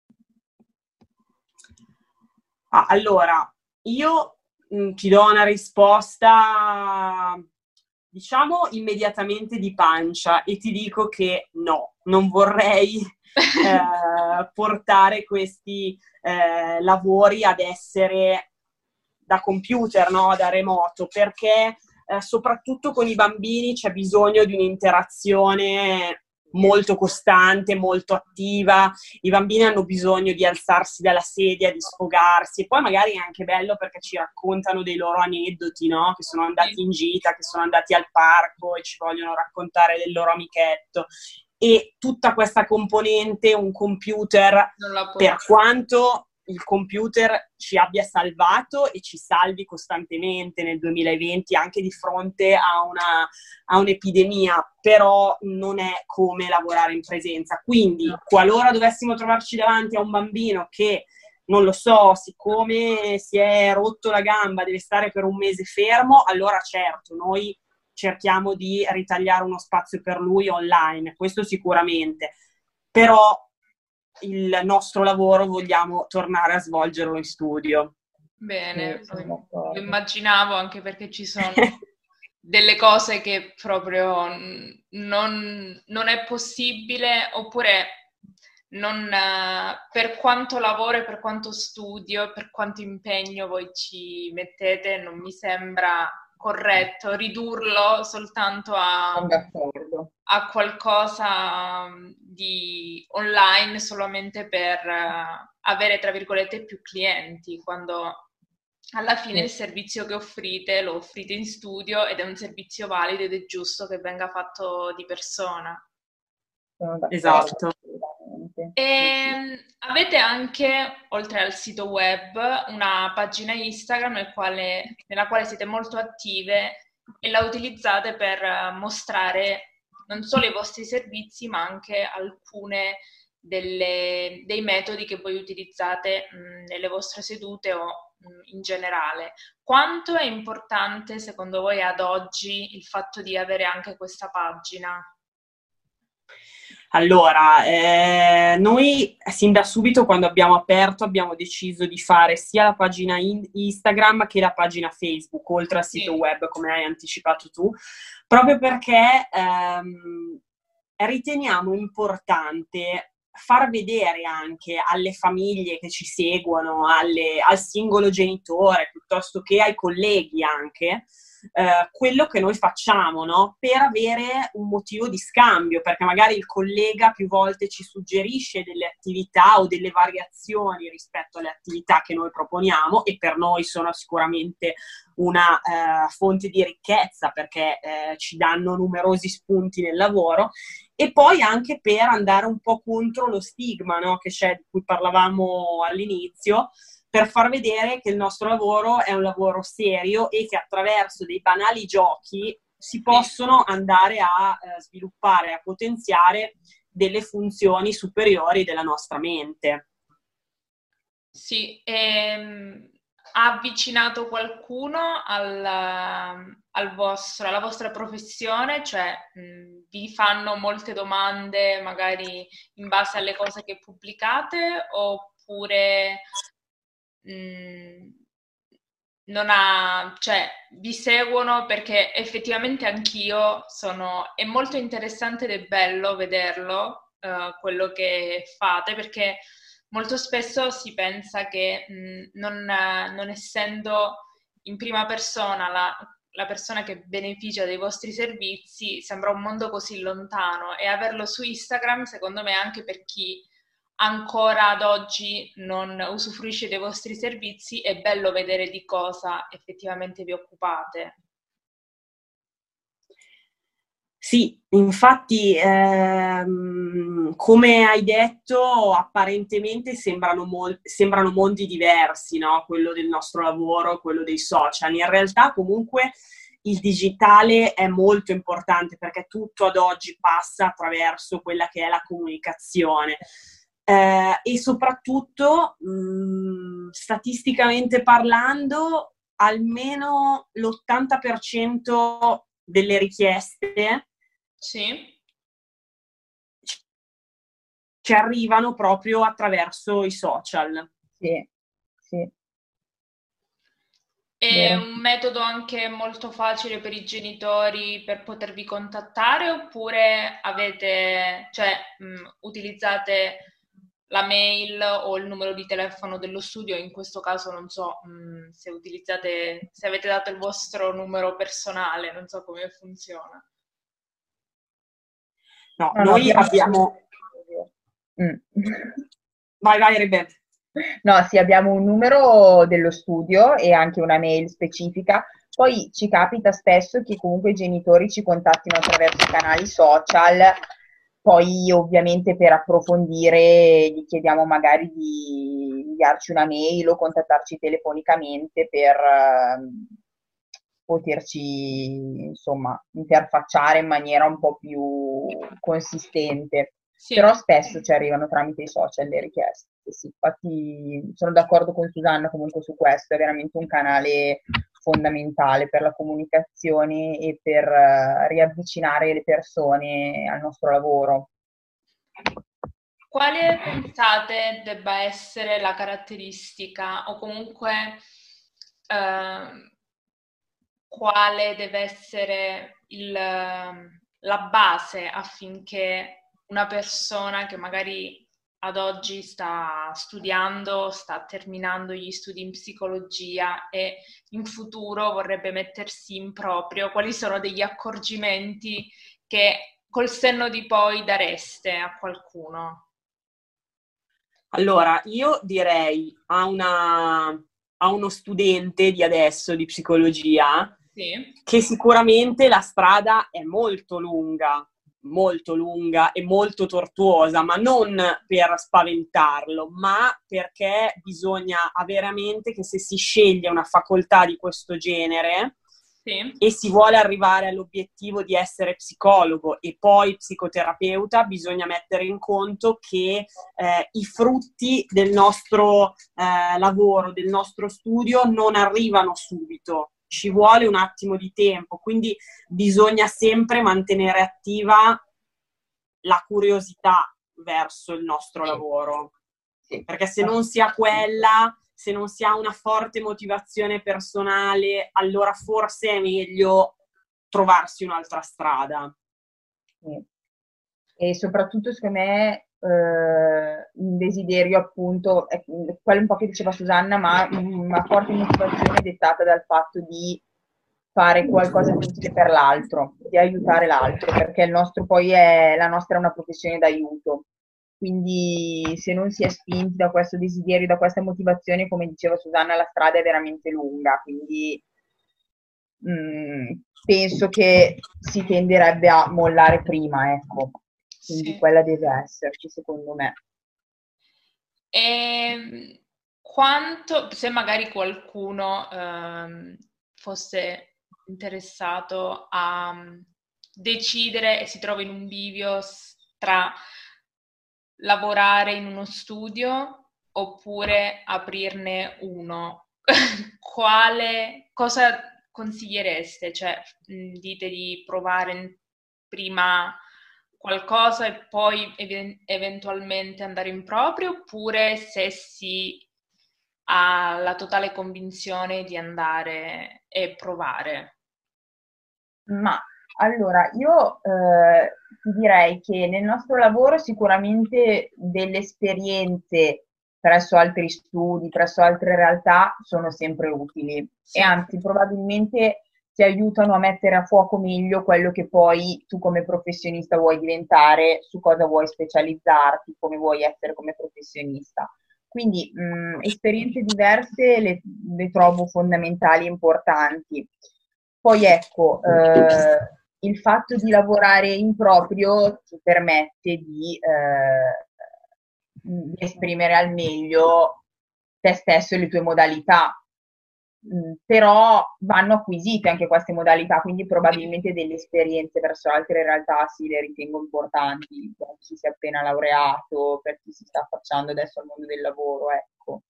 Ah, allora, io mh, ti do una risposta, diciamo, immediatamente di pancia, e ti dico che no, non vorrei eh, portare questi eh, lavori ad essere da computer, no? Da remoto, perché eh, soprattutto con i bambini c'è bisogno di un'interazione molto costante, molto attiva. I bambini hanno bisogno di alzarsi dalla sedia, di sfogarsi, e poi magari è anche bello perché ci raccontano dei loro aneddoti, no? Che sono andati in gita, che sono andati al parco e ci vogliono raccontare del loro amichetto. E tutta questa componente, un computer, per quanto il computer ci abbia salvato e ci salvi costantemente nel duemilaventi, anche di fronte a, una, a un'epidemia, però non è come lavorare in presenza. Quindi, qualora dovessimo trovarci davanti a un bambino che, non lo so, siccome si è rotto la gamba, deve stare per un mese fermo, allora certo, noi cerchiamo di ritagliare uno spazio per lui online, questo sicuramente. Però il nostro lavoro vogliamo tornare a svolgerlo in studio. Bene, lo immaginavo, anche perché ci sono delle cose che proprio non, non è possibile, oppure non, per quanto lavoro e per quanto studio, per quanto impegno voi ci mettete, non mi sembra corretto ridurlo soltanto a, a qualcosa di online solamente per avere, tra virgolette, più clienti, quando alla fine il servizio che offrite lo offrite in studio ed è un servizio valido ed è giusto che venga fatto di persona. Esatto. E avete anche, oltre al sito web, una pagina Instagram nel quale, nella quale siete molto attive e la utilizzate per mostrare non solo i vostri servizi, ma anche alcune delle, dei metodi che voi utilizzate mh, nelle vostre sedute o mh, in generale. Quanto è importante, secondo voi, ad oggi il fatto di avere anche questa pagina? Allora, eh, noi sin da subito, quando abbiamo aperto, abbiamo deciso di fare sia la pagina in- Instagram che la pagina Facebook, oltre al sito Sì. web, come hai anticipato tu, proprio perché ehm, riteniamo importante far vedere anche alle famiglie che ci seguono, alle- al singolo genitore, piuttosto che ai colleghi anche, eh, quello che noi facciamo, no? Per avere un motivo di scambio, perché magari il collega più volte ci suggerisce delle attività o delle variazioni rispetto alle attività che noi proponiamo, e per noi sono sicuramente una eh, fonte di ricchezza, perché eh, ci danno numerosi spunti nel lavoro, e poi anche per andare un po' contro lo stigma, no? Che c'è, di cui parlavamo all'inizio, per far vedere che il nostro lavoro è un lavoro serio e che attraverso dei banali giochi si possono andare a eh, sviluppare, a potenziare delle funzioni superiori della nostra mente. Sì, ehm, ha avvicinato qualcuno al, al vostro, alla vostra professione? Cioè, mh, vi fanno molte domande magari in base alle cose che pubblicate, oppure mh, non ha, cioè, vi seguono? Perché effettivamente anch'io sono, è molto interessante ed è bello vederlo, eh, quello che fate, perché molto spesso si pensa che mh, non, eh, non essendo in prima persona la, la persona che beneficia dei vostri servizi, sembra un mondo così lontano, e averlo su Instagram, secondo me, anche per chi ancora ad oggi non usufruisce dei vostri servizi, è bello vedere di cosa effettivamente vi occupate. Sì, infatti, ehm, come hai detto, apparentemente sembrano, mol- sembrano mondi diversi, no? Quello del nostro lavoro, quello dei social. In realtà, comunque, il digitale è molto importante perché tutto ad oggi passa attraverso quella che è la comunicazione. Eh, e soprattutto, mh, statisticamente parlando, almeno l'ottanta per cento delle richieste Sì. ci arrivano proprio attraverso i social. Sì, sì. È Vero. un metodo anche molto facile per i genitori per potervi contattare, oppure avete, cioè, mh, utilizzate la mail o il numero di telefono dello studio? In questo caso non so, mh, se utilizzate, se avete dato il vostro numero personale, non so come funziona. No, No, no, noi abbiamo... abbiamo... Mm. Vai, vai, Rebe. No, sì, abbiamo un numero dello studio e anche una mail specifica. Poi ci capita spesso che comunque i genitori ci contattino attraverso i canali social, poi ovviamente per approfondire gli chiediamo magari di inviarci una mail o contattarci telefonicamente per ehm, poterci, insomma, interfacciare in maniera un po' più consistente. Sì. Però spesso ci arrivano tramite i social le richieste. Sì, infatti sono d'accordo con Susanna comunque su questo, è veramente un canale fondamentale per la comunicazione e per uh, riavvicinare le persone al nostro lavoro. Quale pensate debba essere la caratteristica, o comunque eh, quale deve essere il, la base affinché una persona che magari ad oggi sta studiando, sta terminando gli studi in psicologia e in futuro vorrebbe mettersi in proprio, quali sono degli accorgimenti che col senno di poi dareste a qualcuno? Allora, io direi a, una, a uno studente di adesso di psicologia Sì. che sicuramente la strada è molto lunga, molto lunga e molto tortuosa, ma non per spaventarlo, ma perché bisogna avere a mente che se si sceglie una facoltà di questo genere, sì, e si vuole arrivare all'obiettivo di essere psicologo e poi psicoterapeuta, bisogna mettere in conto che eh, i frutti del nostro eh, lavoro, del nostro studio non arrivano subito, ci vuole un attimo di tempo, quindi bisogna sempre mantenere attiva la curiosità verso il nostro lavoro, perché se non si ha quella, se non si ha una forte motivazione personale, allora forse è meglio trovarsi un'altra strada. Sì. E soprattutto secondo me eh, un desiderio appunto, è quello un po' che diceva Susanna, ma una forte motivazione dettata dal fatto di fare qualcosa di utile per l'altro, di aiutare l'altro, perché il nostro poi è, la nostra è una professione d'aiuto. Quindi se non si è spinti da questo desiderio, da questa motivazione, come diceva Susanna, la strada è veramente lunga, quindi mh, penso che si tenderebbe a mollare prima, ecco. Quindi sì, quella deve esserci, secondo me. E quanto, se magari qualcuno ehm, fosse interessato a decidere e si trova in un bivio tra lavorare in uno studio oppure aprirne uno, quale cosa consigliereste? Cioè, mh, dite di provare in- prima qualcosa e poi ev- eventualmente andare in proprio, oppure se si ha la totale convinzione di andare e provare? Ma allora, io eh, ti direi che nel nostro lavoro sicuramente delle esperienze presso altri studi, presso altre realtà sono sempre utili e Sì. anzi probabilmente ti aiutano a mettere a fuoco meglio quello che poi tu come professionista vuoi diventare, su cosa vuoi specializzarti, come vuoi essere come professionista. Quindi mh, esperienze diverse le, le trovo fondamentali e importanti. Poi ecco, eh, il fatto di lavorare in proprio ti permette di, eh, di esprimere al meglio te stesso e le tue modalità. Mm, però vanno acquisite anche queste modalità, quindi probabilmente delle esperienze verso altre realtà sì le ritengo importanti per chi si è appena laureato, per chi si sta affacciando adesso al mondo del lavoro, ecco.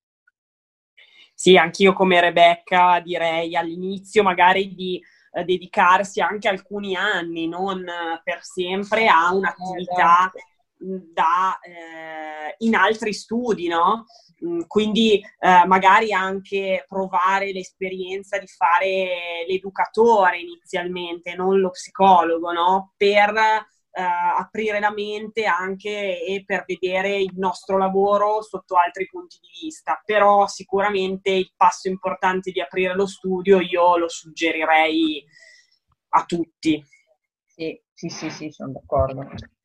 Sì, anch'io come Rebecca direi all'inizio magari di eh, dedicarsi anche alcuni anni, non eh, per sempre, a un'attività mh, da, eh, in altri studi, no? Mh, quindi eh, magari anche provare l'esperienza di fare l'educatore inizialmente, non lo psicologo, no? Per Uh, aprire la mente anche e per vedere il nostro lavoro sotto altri punti di vista. Però sicuramente il passo importante di aprire lo studio io lo suggerirei a tutti. Sì, sì, sì, sì, sono d'accordo.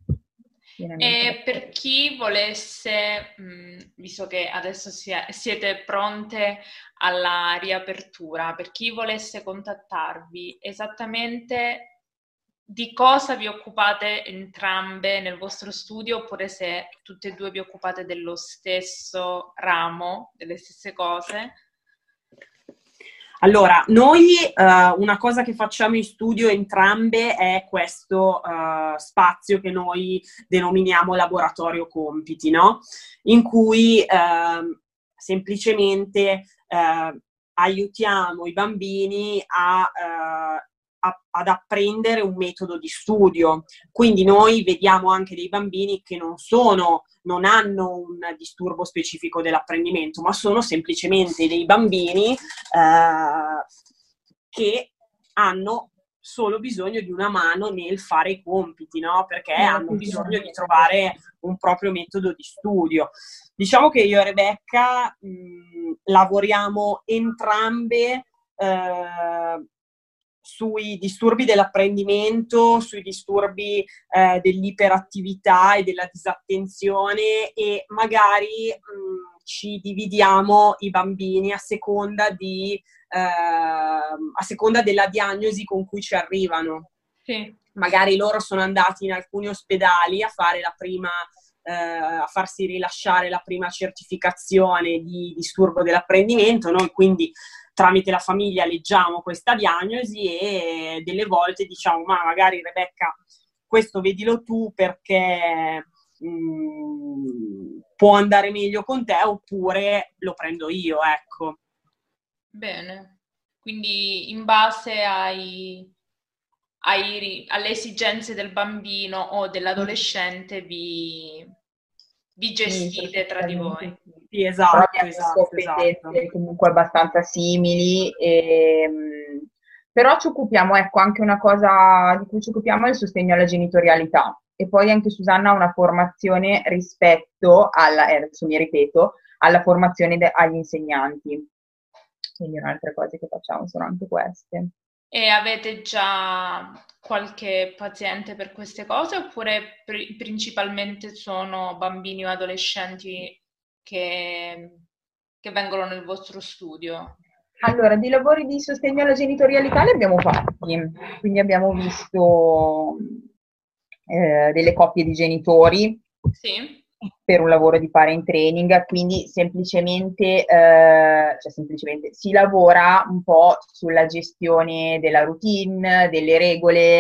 E per chi volesse, mh, visto che adesso sia, siete pronte alla riapertura, per chi volesse contattarvi, esattamente di cosa vi occupate entrambe nel vostro studio, oppure se tutte e due vi occupate dello stesso ramo, delle stesse cose? Allora, noi uh, una cosa che facciamo in studio entrambe è questo uh, spazio che noi denominiamo laboratorio compiti, no? In cui uh, semplicemente uh, aiutiamo i bambini a, uh, a, ad apprendere un metodo di studio. Quindi noi vediamo anche dei bambini che non sono non hanno un disturbo specifico dell'apprendimento, ma sono semplicemente dei bambini eh, che hanno solo bisogno di una mano nel fare i compiti, no? Perché hanno bisogno di trovare un proprio metodo di studio. Diciamo che io e Rebecca mh, lavoriamo entrambe eh, sui disturbi dell'apprendimento, sui disturbi eh, dell'iperattività e della disattenzione e magari mh, ci dividiamo i bambini a seconda, di, eh, a seconda della diagnosi con cui ci arrivano. Sì. Magari loro sono andati in alcuni ospedali a fare la prima eh, a farsi rilasciare la prima certificazione di disturbo dell'apprendimento, noi quindi tramite la famiglia leggiamo questa diagnosi e delle volte diciamo ma magari Rebecca questo vedilo tu perché mh, può andare meglio con te oppure lo prendo io, ecco. Bene, quindi in base ai, ai, alle esigenze del bambino o dell'adolescente vi, vi gestite sì, tra di voi. Sì, esatto, però abbiamo esatto, competenze esatto. comunque abbastanza simili, e, mh, però ci occupiamo, ecco, anche una cosa di cui ci occupiamo è il sostegno alla genitorialità. E poi anche Susanna ha una formazione rispetto alla, eh, adesso mi ripeto, alla formazione de- agli insegnanti. Quindi altre cose che facciamo sono anche queste. E avete già qualche paziente per queste cose oppure pr- principalmente sono bambini o adolescenti che, che vengono nel vostro studio? Allora, di lavori di sostegno alla genitorialità li abbiamo fatti, quindi abbiamo visto eh, delle coppie di genitori Sì. per un lavoro di parent training, quindi semplicemente, eh, cioè semplicemente si lavora un po' sulla gestione della routine, delle regole,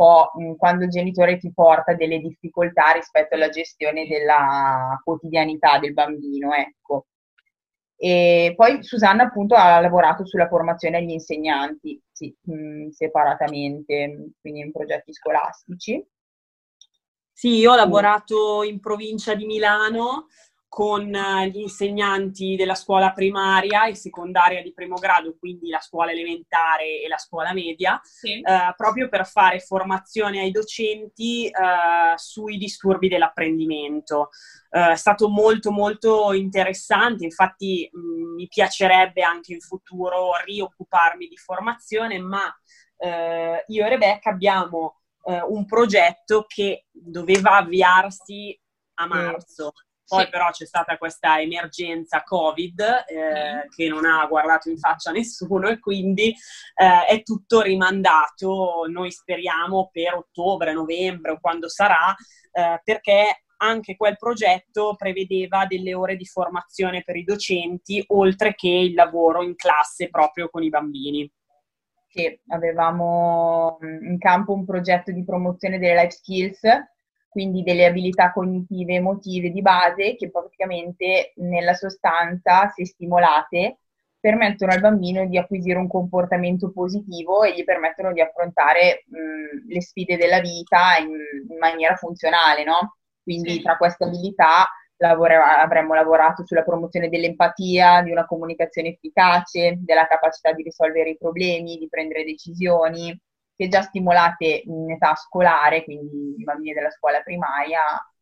po' mh, quando il genitore ti porta delle difficoltà rispetto alla gestione della quotidianità del bambino, ecco. E poi Susanna appunto ha lavorato sulla formazione agli insegnanti, sì, mh, separatamente, quindi in progetti scolastici. Sì, io ho lavorato in provincia di Milano con gli insegnanti della scuola primaria e secondaria di primo grado, quindi la scuola elementare e la scuola media, sì. eh, proprio per fare formazione ai docenti eh, sui disturbi dell'apprendimento. Eh, è stato molto molto interessante, infatti mh, mi piacerebbe anche in futuro rioccuparmi di formazione, ma eh, io e Rebecca abbiamo eh, un progetto che doveva avviarsi a marzo. Poi sì. però c'è stata questa emergenza Covid eh, mm. che non ha guardato in faccia nessuno e quindi eh, è tutto rimandato, noi speriamo per ottobre, novembre o quando sarà, eh, perché anche quel progetto prevedeva delle ore di formazione per i docenti, oltre che il lavoro in classe proprio con i bambini. Sì, avevamo in campo un progetto di promozione delle life skills, quindi delle abilità cognitive e emotive di base che praticamente nella sostanza, se stimolate, permettono al bambino di acquisire un comportamento positivo e gli permettono di affrontare mh, le sfide della vita in, in maniera funzionale, no? Quindi sì. tra queste abilità lavora- avremmo lavorato sulla promozione dell'empatia, di una comunicazione efficace, della capacità di risolvere i problemi, di prendere decisioni, che già stimolate in età scolare, quindi i bambini della scuola primaria,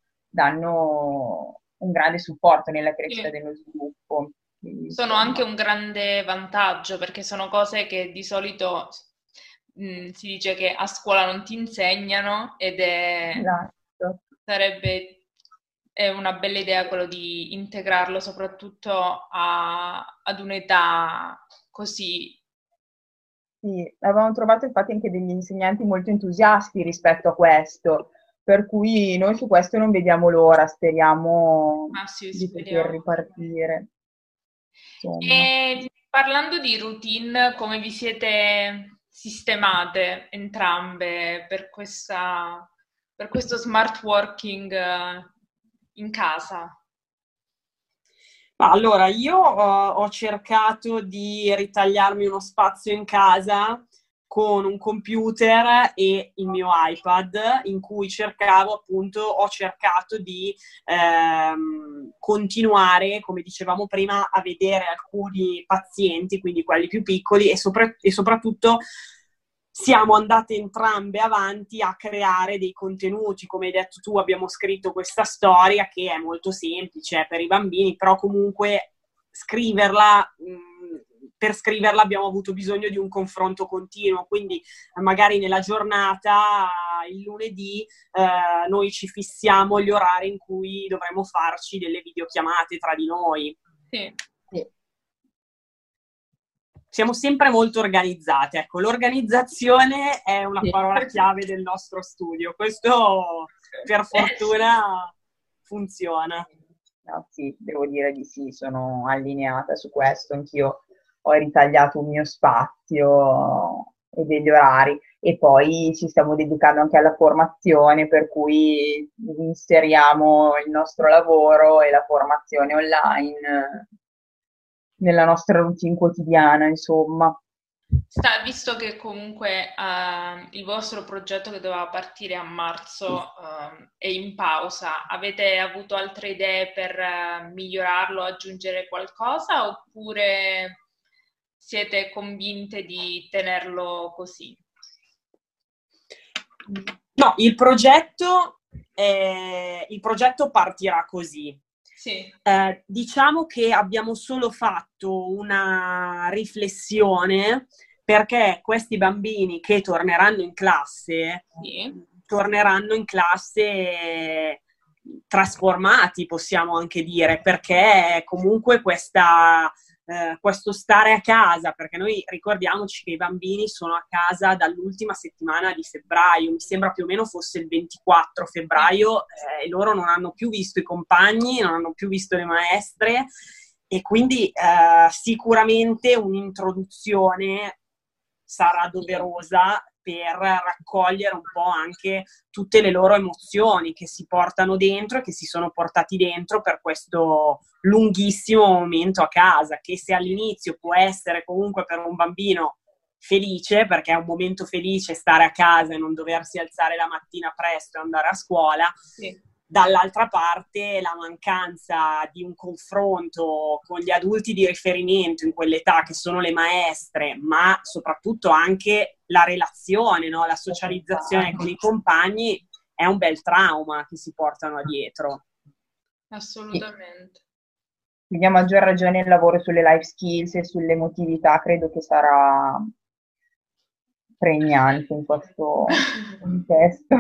danno un grande supporto nella crescita sì. dello sviluppo. Quindi, sono insomma, anche un grande vantaggio perché sono cose che di solito mh, si dice che a scuola non ti insegnano ed è esatto. sarebbe è una bella idea quello di integrarlo soprattutto a, ad un'età così. Sì, avevamo trovato infatti anche degli insegnanti molto entusiasti rispetto a questo, per cui noi su questo non vediamo l'ora, speriamo Ah, sì, di speriamo. poter ripartire. Insomma. E parlando di routine, come vi siete sistemate entrambe per questa, per questo smart working eh, in casa? Allora, io uh, ho cercato di ritagliarmi uno spazio in casa con un computer e il mio iPad, in cui cercavo appunto, ho cercato di ehm, continuare, come dicevamo prima, a vedere alcuni pazienti, quindi quelli più piccoli, e, sopra- e soprattutto siamo andate entrambe avanti a creare dei contenuti. Come hai detto tu, abbiamo scritto questa storia che è molto semplice per i bambini, però comunque scriverla, mh, per scriverla abbiamo avuto bisogno di un confronto continuo, quindi magari nella giornata, il lunedì, eh, noi ci fissiamo gli orari in cui dovremo farci delle videochiamate tra di noi. Sì. Sì. Siamo sempre molto organizzate, ecco, l'organizzazione è una Sì. parola chiave del nostro studio, questo per fortuna funziona. No, sì, devo dire di sì, sono allineata su questo, anch'io ho ritagliato un mio spazio e degli orari e poi ci stiamo dedicando anche alla formazione, per cui inseriamo il nostro lavoro e la formazione online nella nostra routine quotidiana, insomma. Sta, visto che comunque uh, il vostro progetto che doveva partire a marzo uh, è in pausa, avete avuto altre idee per uh, migliorarlo, aggiungere qualcosa oppure siete convinte di tenerlo così? No, il progetto, è, il progetto partirà così. Sì. Eh, diciamo che abbiamo solo fatto una riflessione perché questi bambini che torneranno in classe, sì. torneranno in classe trasformati, possiamo anche dire, perché comunque questa, eh, questo stare a casa, perché noi ricordiamoci che i bambini sono a casa dall'ultima settimana di febbraio, mi sembra più o meno fosse il ventiquattro febbraio, eh, e loro non hanno più visto i compagni, non hanno più visto le maestre, e quindi eh, sicuramente un'introduzione sarà doverosa per raccogliere un po' anche tutte le loro emozioni che si portano dentro e che si sono portati dentro per questo lunghissimo momento a casa, che se all'inizio può essere comunque per un bambino felice, perché è un momento felice stare a casa e non doversi alzare la mattina presto e andare a scuola, sì. Dall'altra parte la mancanza di un confronto con gli adulti di riferimento in quell'età che sono le maestre, ma soprattutto anche la relazione, no? La socializzazione con i compagni è un bel trauma che si portano dietro. Assolutamente. Quindi a maggior ragione il lavoro sulle life skills e sull'emotività credo che sarà pregnante in questo contesto.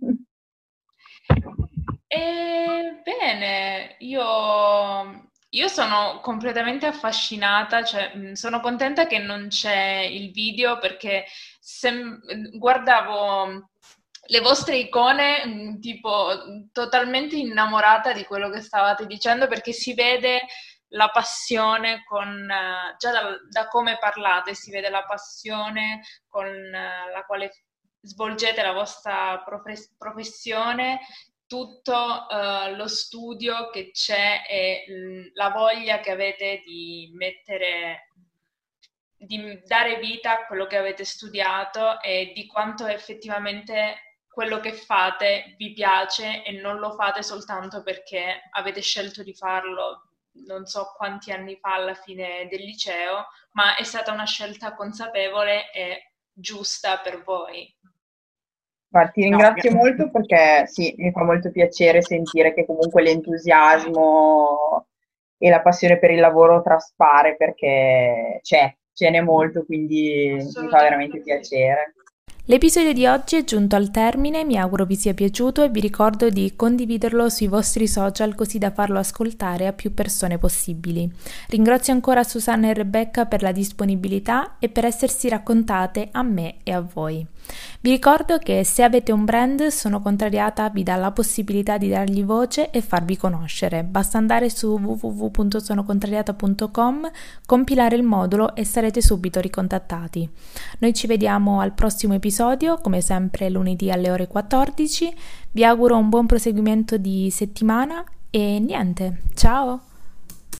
Ebbene, io, io sono completamente affascinata, cioè sono contenta che non c'è il video perché se, guardavo le vostre icone tipo totalmente innamorata di quello che stavate dicendo, perché si vede la passione con, già da, da come parlate, si vede la passione con la quale svolgete la vostra profes- professione, tutto uh, lo studio che c'è e l- la voglia che avete di mettere, di dare vita a quello che avete studiato e di quanto effettivamente quello che fate vi piace e non lo fate soltanto perché avete scelto di farlo non so quanti anni fa alla fine del liceo, ma è stata una scelta consapevole e giusta per voi. Guarda, ti ringrazio no, molto perché sì, mi fa molto piacere sentire che comunque l'entusiasmo e la passione per il lavoro traspare, perché c'è, ce n'è molto, quindi mi fa veramente piacere. L'episodio di oggi è giunto al termine, mi auguro vi sia piaciuto e vi ricordo di condividerlo sui vostri social così da farlo ascoltare a più persone possibili. Ringrazio ancora Susanna e Rebecca per la disponibilità e per essersi raccontate a me e a voi. Vi ricordo che se avete un brand, Sono Contrariata vi dà la possibilità di dargli voce e farvi conoscere. Basta andare su w w w punto sono contrariata punto com, compilare il modulo e sarete subito ricontattati. Noi ci vediamo al prossimo episodio, come sempre lunedì alle ore quattordici. Vi auguro un buon proseguimento di settimana e niente, ciao!